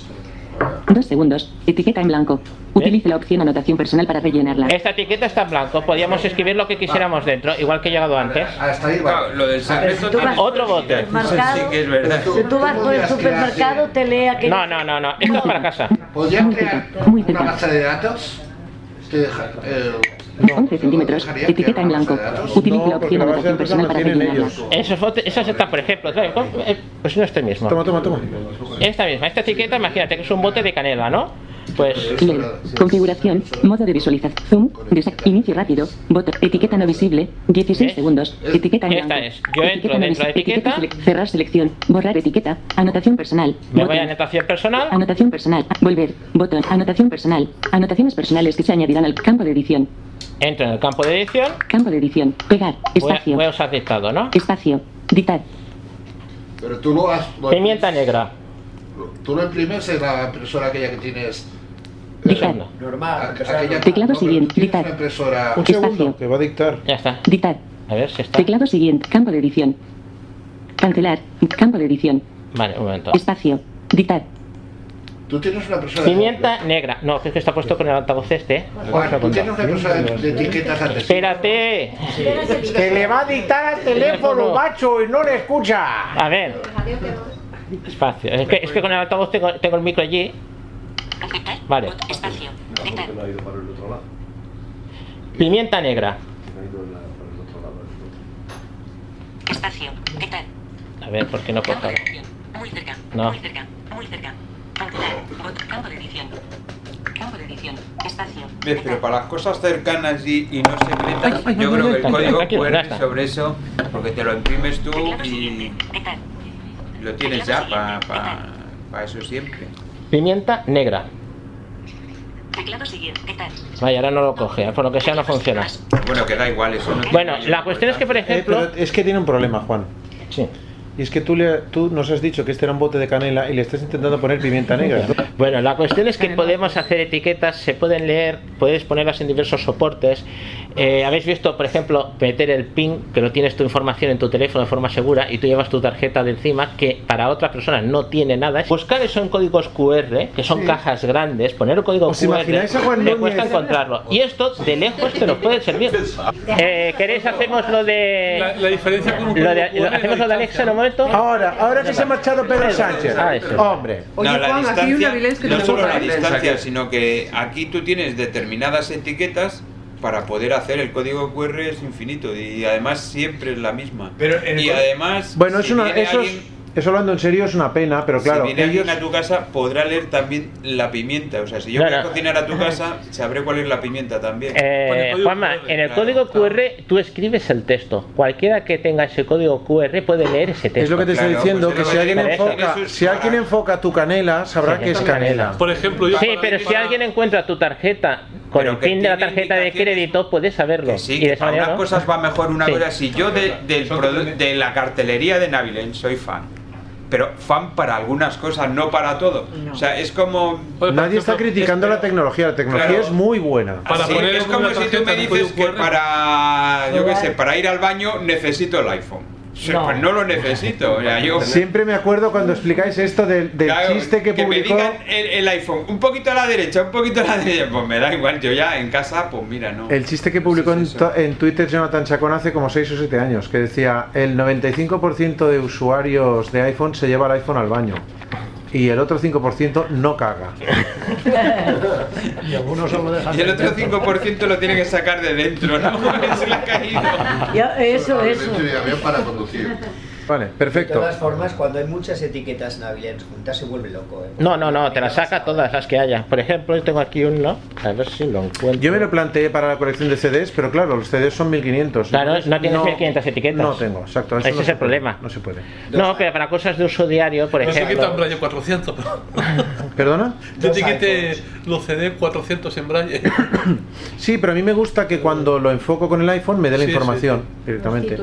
2 segundos. Etiqueta en blanco. Utilice la opción anotación personal para rellenarla. Esta etiqueta está en blanco. Podríamos escribir lo que quisiéramos dentro, igual que he llegado antes. Hasta ahí va. Lo del secreto también. Otro bote. Sí que es verdad. Si tú vas por el supermercado, te lee aquello. No. Esto es para casa. ¿Podrían crear una base de datos? Te deja 11 centímetros. Etiqueta en blanco. Utilice la opción anotación personal para rellenarla. Esos botes, esas están, por ejemplo, pues no este mismo. Toma. Esta misma, esta etiqueta, imagínate que es un bote de canela, ¿no? Pues... Configuración, modo de visualización, zoom, inicio rápido, botón, etiqueta no visible, 16 segundos, etiqueta en blanco. Esta es, yo entro dentro de etiqueta, cerrar selección, borrar etiqueta, anotación personal, me voy a anotación personal, volver, botón, anotación personal, anotaciones personales que se añadirán al campo de edición. Entro en el campo de edición, pegar, espacio, voy a usar dictado, ¿no? Espacio, dictar. Pero tú lo has... Pimienta negra. Tú lo imprimes en la impresora aquella que tienes... Dictar. Normal. Teclado siguiente, dictar. Un segundo, que va a dictar. Ya está. Dictar. A ver si está. Teclado siguiente, campo de edición. Cancelar, campo de edición. Vale, un momento. Espacio, dictar. Tú tienes una persona... Pimienta negra. No, es que está puesto con el altavoz este. Juan, tú tienes una persona de etiquetas antes. Espérate. Que le va a dictar al teléfono, macho, y no le escucha. A ver. Espacio. Es que con el altavoz tengo el micro allí. Vale. Espacio, dictar. Pimienta negra. Espacio, dictar. A ver, ¿por qué no puedo? Muy cerca. No. Muy cerca. Campo de edición. Campo de edición. Espacio. Bien, pero para las cosas cercanas y no secretas, yo creo que el código QR sobre eso, porque te lo imprimes tú y lo tienes ya para eso siempre. Pimienta negra. Teclado siguiente, vaya, ahora no lo coge, por lo que sea no funciona. Bueno, que da igual eso. No bueno, la cuestión es que, por ejemplo... pero es que tiene un problema, Juan. Sí. Y es que tú nos has dicho que este era un bote de canela y le estás intentando poner pimienta negra. Bueno, la cuestión es que podemos hacer etiquetas, se pueden leer, puedes ponerlas en diversos soportes. habéis visto, por ejemplo, meter el PIN, que lo tienes tu información en tu teléfono de forma segura y tú llevas tu tarjeta de encima, que para otras personas no tiene nada. Buscar eso en códigos QR, que son cajas grandes, poner el código QR, le cuesta encontrarlo. Y esto de lejos te nos puede servir. ¿Queréis hacemos lo de... La diferencia con un código QR, ¿hacemos lo de Alexa en un momento? Ahora que se ha marchado Pedro Sánchez. Hombre. No, la distancia, no solo la distancia, sino que aquí tú tienes determinadas etiquetas para poder hacer el código QR es infinito y además siempre es la misma. Y además, bueno, eso hablando en serio es una pena, pero claro, si viene alguien a tu casa podrá leer también la pimienta. O sea, si yo voy a cocinar a tu casa, sabré cuál es la pimienta también. Juanma, en el código QR tú escribes el texto. Cualquiera que tenga ese código QR puede leer ese texto. Es lo que te estoy diciendo, que si alguien enfoca tu canela, sabrá que es canela. Por ejemplo, sí, pero si alguien encuentra tu tarjeta con el PIN de la tarjeta de crédito, puedes saberlo. Sí, y de esa manera, unas cosas va mejor una cosa. Si yo de la cartelería de Navilén soy fan, pero fan para algunas cosas, no para todo. O sea, es como... Nadie está criticando la tecnología es muy buena. Es como si tú me dices que para ir al baño necesito el iPhone. Pues no lo necesito. Siempre me acuerdo cuando explicáis esto del chiste que publicó... me digan el iPhone, un poquito a la derecha, un poquito a la derecha, pues me da igual, yo ya en casa, pues mira, no. El chiste que publicó en Twitter Jonathan Chacón hace como 6 o 7 años, que decía, el 95% de usuarios de iPhone se lleva el iPhone al baño. Y el otro 5% no caga. Y algunos solo dejan. Y el otro 5% lo tiene que sacar de dentro, ¿no? Se le ha caído. Eso. Para conducir. Vale, perfecto. De todas formas, cuando hay muchas etiquetas Navilens juntas se vuelve loco. No, te las saca todas las que haya. Por ejemplo, yo tengo aquí uno, a ver si lo encuentro. Yo me lo planteé para la colección de CDs, pero claro, los CDs son 1500. Claro, no tienes 1500 etiquetas. No tengo, exacto. Ese es el problema. No se puede. No, pero para cosas de uso diario, por ejemplo. No se quitan Braille 400. ¿Perdona? Yo etiquete los CDs 400 en Braille. Sí, pero a mí me gusta que cuando lo enfoco con el iPhone me dé la información directamente.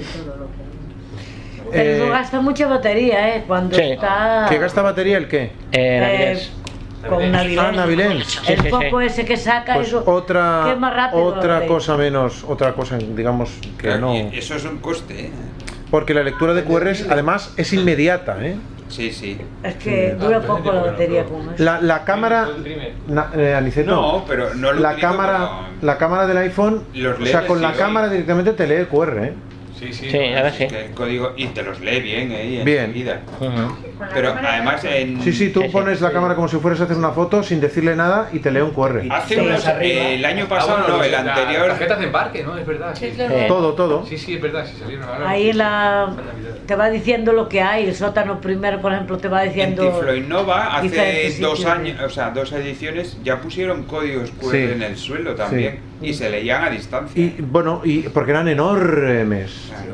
Pero eso gasta mucha batería, cuando está... ¿Qué gasta batería el qué? Navilens. Con Navilens. Navilens. El foco ese que saca, pues eso otra que es más rápido. Otra cosa menos, otra cosa, digamos, que no... Eso es un coste, Porque la lectura de QRs, además, es inmediata, Sí. Es que dura poco la batería con eso. La cámara... Aniceto, no, pero no lo la cámara del iPhone, o sea, con la cámara directamente te lee el QR, Sí, ahora sí. El código y te los lee bien, enseguida. Pero además Sí, tú pones la cámara como si fueras a hacer una foto sin decirle nada y te lee un QR. El año pasado, el anterior... Tarjetas de embarque, ¿no? Es verdad. Sí, claro. Todo. Sí, es verdad, sí salieron ahora. Ahí te va diciendo lo que hay. El sótano primero, por ejemplo, te va diciendo... En Tifloinnova hace 2 años, o sea, 2 ediciones, ya pusieron códigos QR en el suelo también. Y se leían a distancia. Y bueno, porque eran enormes. Claro.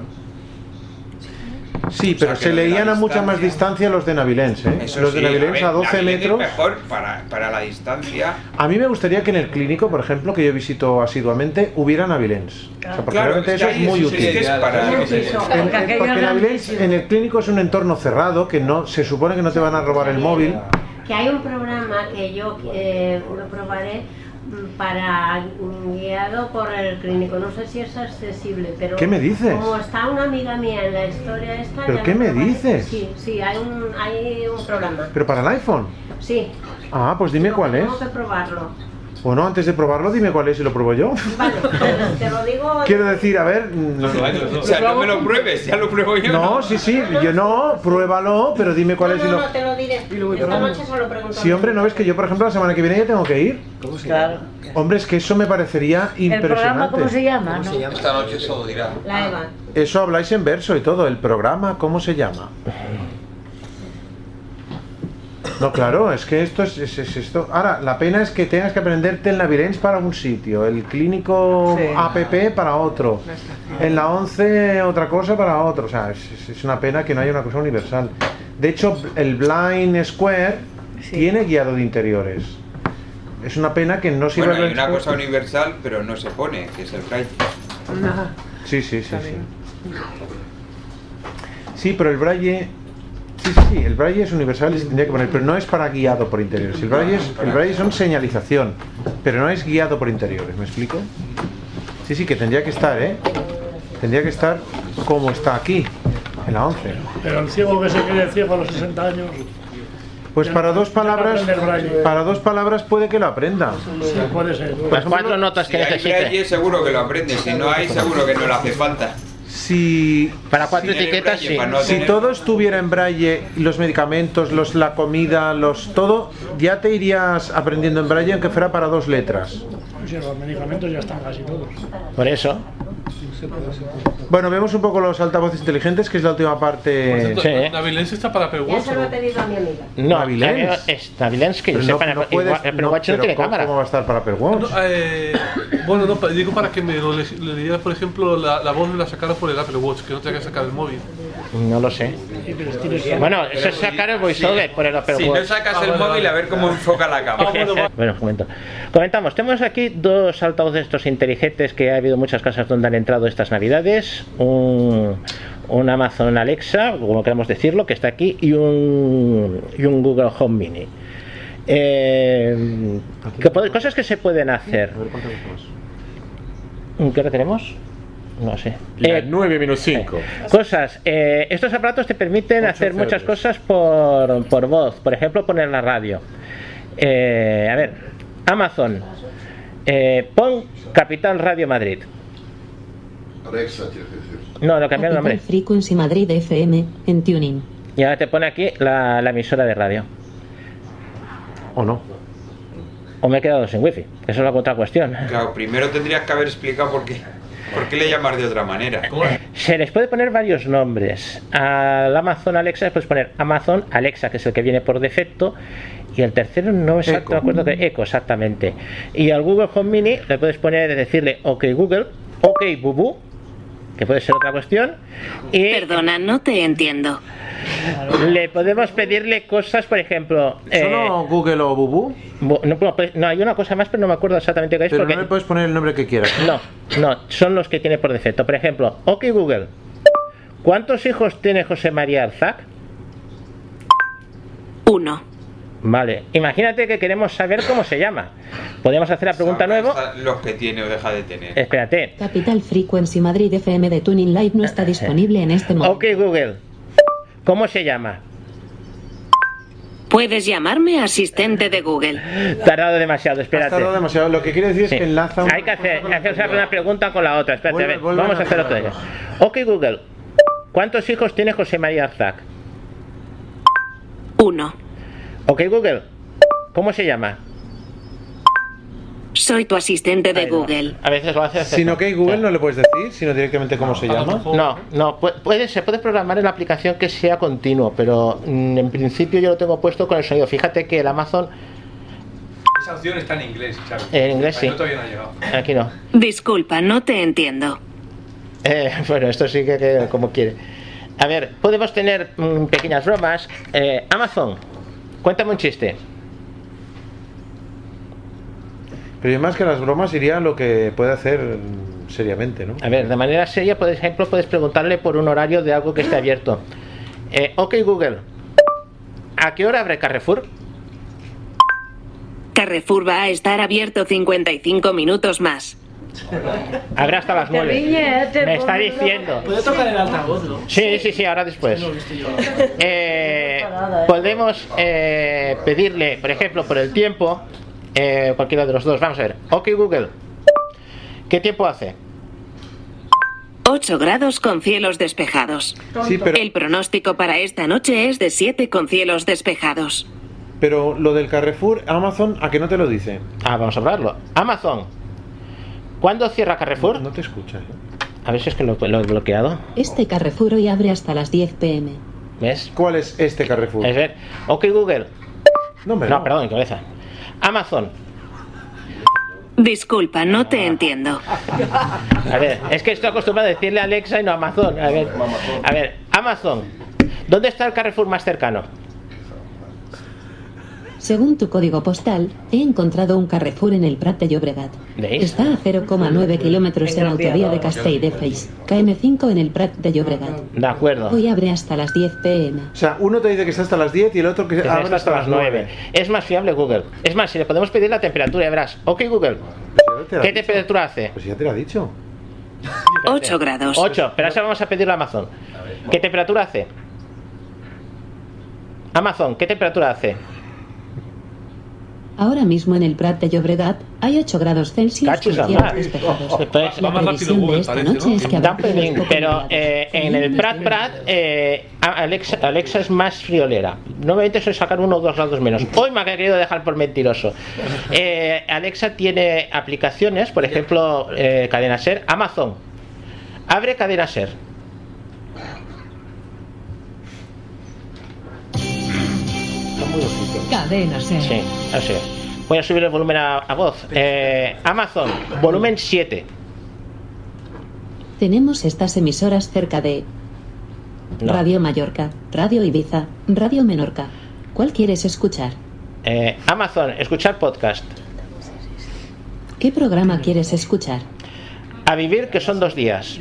Sí, pero se leían a mucha más distancia los de Navilens, los de Navilens a 12 metros. Es mejor para la distancia. A mí me gustaría que en el clínico, por ejemplo, que yo visito asiduamente, hubiera Navilens. O sea, porque realmente eso es muy útil. Porque Navilens en el clínico es un entorno cerrado que no se supone que no te van a robar el móvil. Que hay un programa que yo lo probaré para guiado por el clínico, no sé si es accesible, pero ¿qué me dices? Como está una amiga mía en la historia esta, ¿pero qué me dices? Sí, hay un programa. ¿Pero para el iPhone? Sí. Ah, pues dime cuál es. Tengo que probarlo. Bueno, antes de probarlo, dime cuál es y lo pruebo yo. Vale, te lo digo... Quiero decir, a ver... O sea, no me lo pruebes, ya lo pruebo yo. No, sí, yo no, pruébalo, pero dime cuál es y lo... No, te lo diré. Esta noche se lo pregunto. Sí, hombre, ¿no ves que yo, por ejemplo, la semana que viene ya tengo que ir? ¿Cómo se llama? Hombre, es que eso me parecería impresionante. ¿El programa cómo se llama? Esta noche se lo dirá. La Eva. Eso habláis en verso y todo, el programa, ¿cómo se llama? No, claro, es que esto es esto. Ahora, la pena es que tengas que aprenderte el Navilens para un sitio, el clínico app para otro, en la 11 otra cosa para otro. O sea, es una pena que no haya una cosa universal. De hecho, el Blind Square tiene guiado de interiores. Es una pena que no sirva. Bueno, hay una cosa universal, pero no se pone, que es el Braille. Sí. Sí, pero el Braille... Sí, el Braille es universal y se tendría que poner, pero no es para guiado por interiores. El Braille son señalización, pero no es guiado por interiores, ¿me explico? Sí, sí, que tendría que estar, ¿eh? Tendría que estar como está aquí, en la 11. Pero el ciego que se quede ciego a los 60 años... Pues para dos palabras puede que lo aprenda. Sí, puede ser. Las 4 notas que necesite. Si hay braille, seguro que lo aprende, si no hay, seguro que no le hace falta. Si para 4 etiquetas, sí. Si todo estuviera en braille, los medicamentos, la comida, todo, ya te irías aprendiendo en braille aunque fuera para 2 letras. Sí, los medicamentos ya están casi todos. Por eso. Bueno, vemos un poco los altavoces inteligentes, que es la última parte. Sí. Navilens está para Apple Watch. Ya se lo ha pedido a mi amiga. No, Navilens que yo sepa, Apple Watch no tiene cámara. ¿Cómo va a estar para Apple Watch? Bueno, no, digo para que me le diera, por ejemplo, la voz me la sacara por el Apple Watch, que no tenga que sacar el móvil. No lo sé. Bueno, eso es sacar el voiceover por el Apple Watch. Si no sacas el móvil, a ver cómo enfoca la cámara. Bueno, comentamos. Tenemos aquí 2 altavoces estos inteligentes que ha habido muchas casas donde han entrado estas navidades. Un Amazon Alexa, como queramos decirlo, que está aquí, y un Google Home Mini. Cosas que se pueden hacer. ¿Qué hora tenemos? No sé. 9 menos 5. Cosas. Estos aparatos te permiten hacer muchas cosas por voz. Por ejemplo, poner la radio. A ver, Amazon. Pon Capital Radio Madrid. Alexa, tienes que decir. No, lo cambiaron el nombre. Frequency Madrid FM en Tuning. Y ahora te pone aquí la emisora de radio. ¿O no? O me he quedado sin wifi. Eso es la otra cuestión. Claro, primero tendrías que haber explicado por qué le llamas de otra manera. Se les puede poner varios nombres. Al Amazon Alexa puedes poner Amazon Alexa, que es el que viene por defecto. Y el tercero no me acuerdo que Echo, exactamente. Y al Google Home Mini le puedes poner, decirle OK Google, OK Bubu, que puede ser otra cuestión. Y perdona, no te entiendo. Le podemos pedirle cosas, por ejemplo. ¿Solo Google o Bubu? No, hay una cosa más, pero no me acuerdo exactamente qué es. Pero porque no le puedes poner el nombre que quieras. No, son los que tiene por defecto. Por ejemplo, OK Google, ¿cuántos hijos tiene José María Arzac? 1. Vale, imagínate que queremos saber cómo se llama. Podríamos hacer la pregunta nueva. Los que tiene o deja de tener. Espérate. Capital Frequency Madrid FM de Tuning Live no está disponible en este momento. OK Google, ¿cómo se llama? Puedes llamarme asistente de Google. Tardado demasiado, espérate. Tardado demasiado. Lo que quiere decir es que enlaza. Hay que hacer una pregunta con la otra. Espérate, vamos a hacer otra. OK Google, ¿cuántos hijos tiene José María Arzac? 1. OK Google, ¿cómo se llama? Soy tu asistente de Google. A veces lo hace. Sin OK Google no le puedes decir, sino directamente cómo se llama. No, se puede programar en la aplicación que sea continuo, pero en principio yo lo tengo puesto con el sonido. Fíjate que el Amazon... Esa opción está en inglés, Xavi. En inglés sí. Todavía no ha llegado. Aquí no. Disculpa, no te entiendo. Bueno, esto sí que como quiere. A ver, podemos tener pequeñas bromas. Amazon, cuéntame un chiste. Pero más que las bromas iría lo que puede hacer seriamente, ¿no? A ver, de manera seria, por ejemplo, puedes preguntarle por un horario de algo que esté abierto. OK Google, ¿a qué hora abre Carrefour? Carrefour va a estar abierto 55 minutos más. Habrá hasta las 9. Me está diciendo. Puede tocar el altavoz, ¿no? Sí, ahora después. Podemos pedirle, por ejemplo, por el tiempo, cualquiera de los dos. Vamos a ver. OK Google, ¿qué tiempo hace? 8 grados con cielos despejados. Sí, pero... El pronóstico para esta noche es de 7 con cielos despejados. Pero lo del Carrefour, Amazon, ¿a qué no te lo dice? Vamos a hablarlo. Amazon, ¿cuándo cierra Carrefour? No te escuchas. A ver si es que lo he bloqueado. Este Carrefour hoy abre hasta las 10 p.m. ¿Ves? ¿Cuál es este Carrefour? Es ver. OK Google. No, perdón, mi cabeza. Amazon. Disculpa, no te entiendo. A ver, es que estoy acostumbrado a decirle a Alexa y no a Amazon. A ver, Amazon, ¿dónde está el Carrefour más cercano? Según tu código postal, he encontrado un Carrefour en el Prat de Llobregat. ¿Veis? Está a 0,9 kilómetros en autovía de Castelldefels, KM5 en el Prat de Llobregat. De acuerdo. Hoy abre hasta las 10 p.m. O sea, uno te dice que está hasta las 10 y el otro que abre hasta las 9. Es más fiable Google. Es más, si le podemos pedir la temperatura, ya verás. OK Google, ¿Qué temperatura hace? Pues ya te lo ha dicho. 8 grados. 8, pero ahora vamos a pedirle a Amazon. ¿Qué temperatura hace? Amazon, ¿qué temperatura hace? Ahora mismo en el Prat de Llobregat hay 8 grados Celsius y cielos despejados. La previsión de esta noche es que habrá pero en el Prat Alexa es más friolera. Normalmente suele sacar 1 o 2 grados menos. Hoy me ha querido dejar por mentiroso. Alexa tiene aplicaciones, por ejemplo, Cadena Ser. Amazon, abre Cadena Ser. Cadena Ser. Sí, así es. Voy a subir el volumen a voz. Amazon, volumen 7. Tenemos estas emisoras cerca de Radio Mallorca, Radio Ibiza, Radio Menorca. ¿Cuál quieres escuchar? Amazon, escuchar podcast. ¿Qué programa quieres escuchar? A vivir, que son 2 días.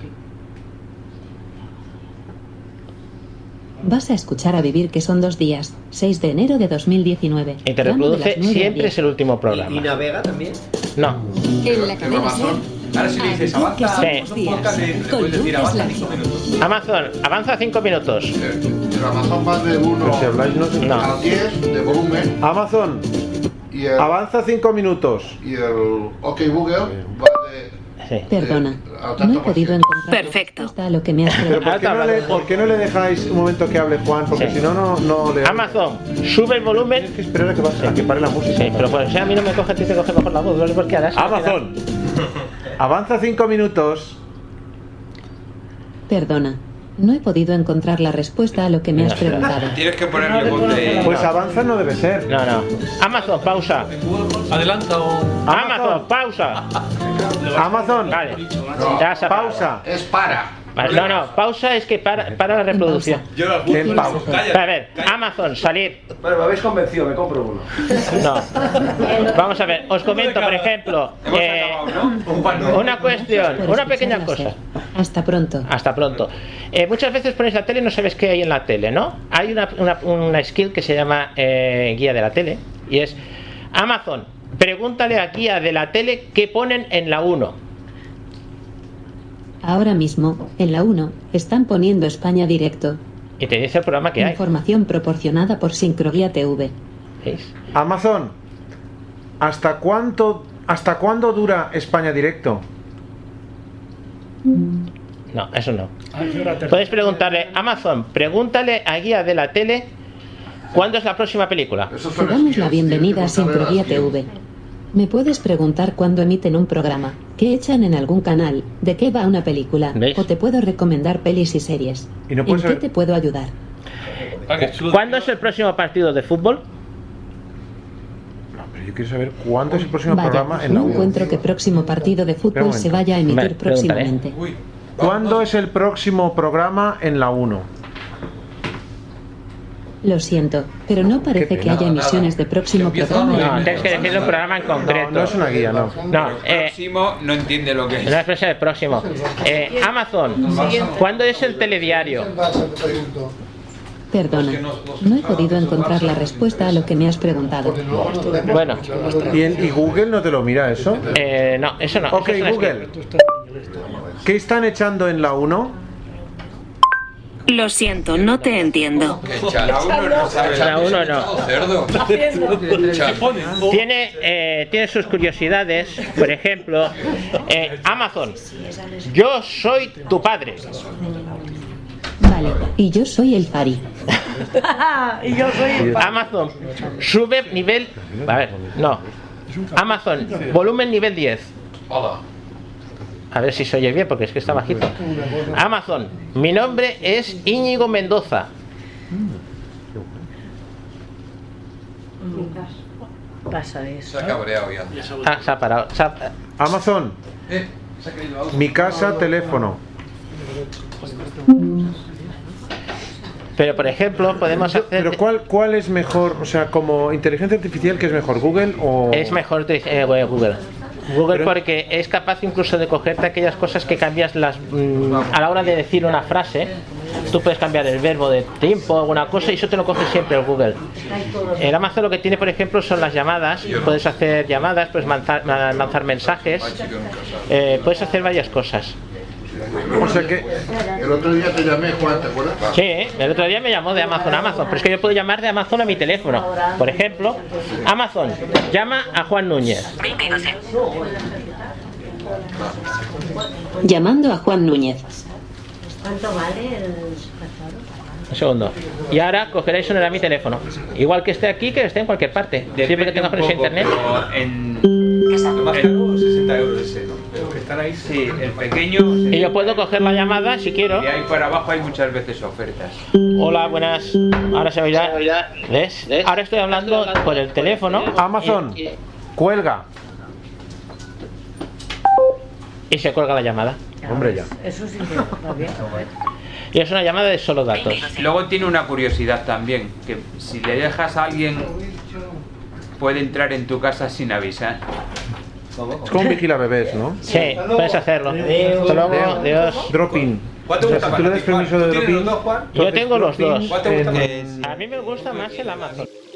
Vas a escuchar A vivir, que son 2 días, 6 de enero de 2019. Y te reproduce siempre es el último programa. ¿Y navega también? No. En la cadena Ser. Ahora si le dices avanza, sí. Le puedes decir avanza 5 minutos. Amazon, avanza 5 minutos. Pero Amazon va de 1 a 10 de volumen. Amazon, avanza 5 minutos. Y el OK Google va de... Perdona, no he podido encontrar respuesta a lo que me has preguntado. Pero ¿por qué no le dejáis un momento que hable Juan? Porque si no, no le... Amazon, sube el volumen. Tienes que esperar a que pare la música. Sí, pero pues, a mí no me coge, a ti te coge mejor la voz. No sé por qué harás. Amazon, avanza 5 minutos. Perdona, no he podido encontrar la respuesta a lo que me has preguntado. Tienes que ponerle voz de... Pues avanza no debe ser. No. Amazon, pausa. Adelanta o... Amazon, pausa. Amazon, vale. Pausa. Es para. No, pausa es que para la reproducción. En pausa. A ver, Amazon, salir. Bueno, me habéis convencido, me compro uno. No. Vamos a ver, os comento, por ejemplo, una cuestión, una pequeña cosa. Hasta pronto. Hasta pronto. Muchas veces ponéis la tele y no sabes qué hay en la tele, ¿no? Hay una skill que se llama guía de la tele y es Amazon, pregúntale a guía de la tele qué ponen en la 1. Ahora mismo, en la 1, están poniendo España Directo. Y te dice el programa que hay. Información proporcionada por Sincroguía TV. ¿Veis? Amazon, ¿hasta cuándo dura España Directo? No, eso no. Puedes preguntarle, Amazon, pregúntale a guía de la tele cuándo es la próxima película. Te damos la bienvenida a Sincroguía TV. ¿Me puedes preguntar cuándo emiten un programa? ¿Qué echan en algún canal? ¿De qué va una película? ¿Veis? O te puedo recomendar pelis y series. ¿En qué te puedo ayudar? ¿Cuándo es el próximo partido de fútbol? No, pero yo quiero saber cuándo es el próximo programa en la 1. No encuentro qué próximo partido de fútbol se vaya a emitir próximamente. ¿Cuándo es el próximo programa en la 1? Lo siento, pero no parece que haya emisiones de próximo programa. No, tienes que decirle un programa en concreto. No es una guía, no. Próximo no entiende lo que es. No es el próximo. Amazon, ¿cuándo es el telediario? Perdona, no he podido encontrar la respuesta a lo que me has preguntado. Bueno. ¿Y Google no te lo mira eso? No, eso no. Ok, Google. ¿Qué están echando en la 1? Lo siento, no te entiendo. La 1 no. Tiene sus curiosidades. Por ejemplo, Amazon, yo soy tu padre. Vale, y yo soy el Fari. Y yo soy el Fari. Amazon, sube nivel. A ver, no. Amazon, volumen nivel 10. Hola. A ver si se oye bien, porque es que está bajito. Amazon, mi nombre es Íñigo Mendoza. Pasa eso. Se ha cabreado ya. Se ha parado. Amazon, mi casa, teléfono. Pero por ejemplo, podemos hacer... Pero ¿cuál es mejor? O sea, como inteligencia artificial, ¿qué es mejor? ¿Google o...? Es mejor Google. Google porque es capaz incluso de cogerte aquellas cosas que cambias a la hora de decir una frase. tú puedes cambiar el verbo de tiempo, alguna cosa, y eso te lo coge siempre el Google. El Amazon lo que tiene, por ejemplo, son las llamadas. Puedes hacer llamadas, puedes lanzar mensajes, puedes hacer varias cosas. O sea que el otro día te llamé, Juan, ¿te acuerdas? Sí, el otro día me llamó de Amazon a Amazon, pero es que yo puedo llamar de Amazon a mi teléfono. Por ejemplo, Amazon, llama a Juan Núñez. Llamando a Juan Núñez. ¿Cuánto vale el Un segundo. Y ahora cogerá y sonará mi teléfono. Igual que esté aquí, que esté en cualquier parte. Siempre que tenga conexión a internet. Lo más caro, 60 euros ese, ¿no? Pero que están ahí, sí, el pequeño... Y yo puedo coger la llamada si quiero. Y ahí para abajo hay muchas veces ofertas. Hola, buenas. Ahora se oirá. ¿Ves? Ahora estoy hablando por el teléfono. Amazon, cuelga. Y se cuelga la llamada. Hombre, ya. Eso sí que va bien. Y es una llamada de solo datos. Luego tiene una curiosidad también, que si le dejas a alguien puede entrar en tu casa sin avisar. Es como un vigila bebés, ¿no? Sí, puedes hacerlo. Hasta luego, adiós. Drop-in. O sea, si tú le das permiso de drop-in... Yo tengo los dos. A mí me gusta más el Amazon.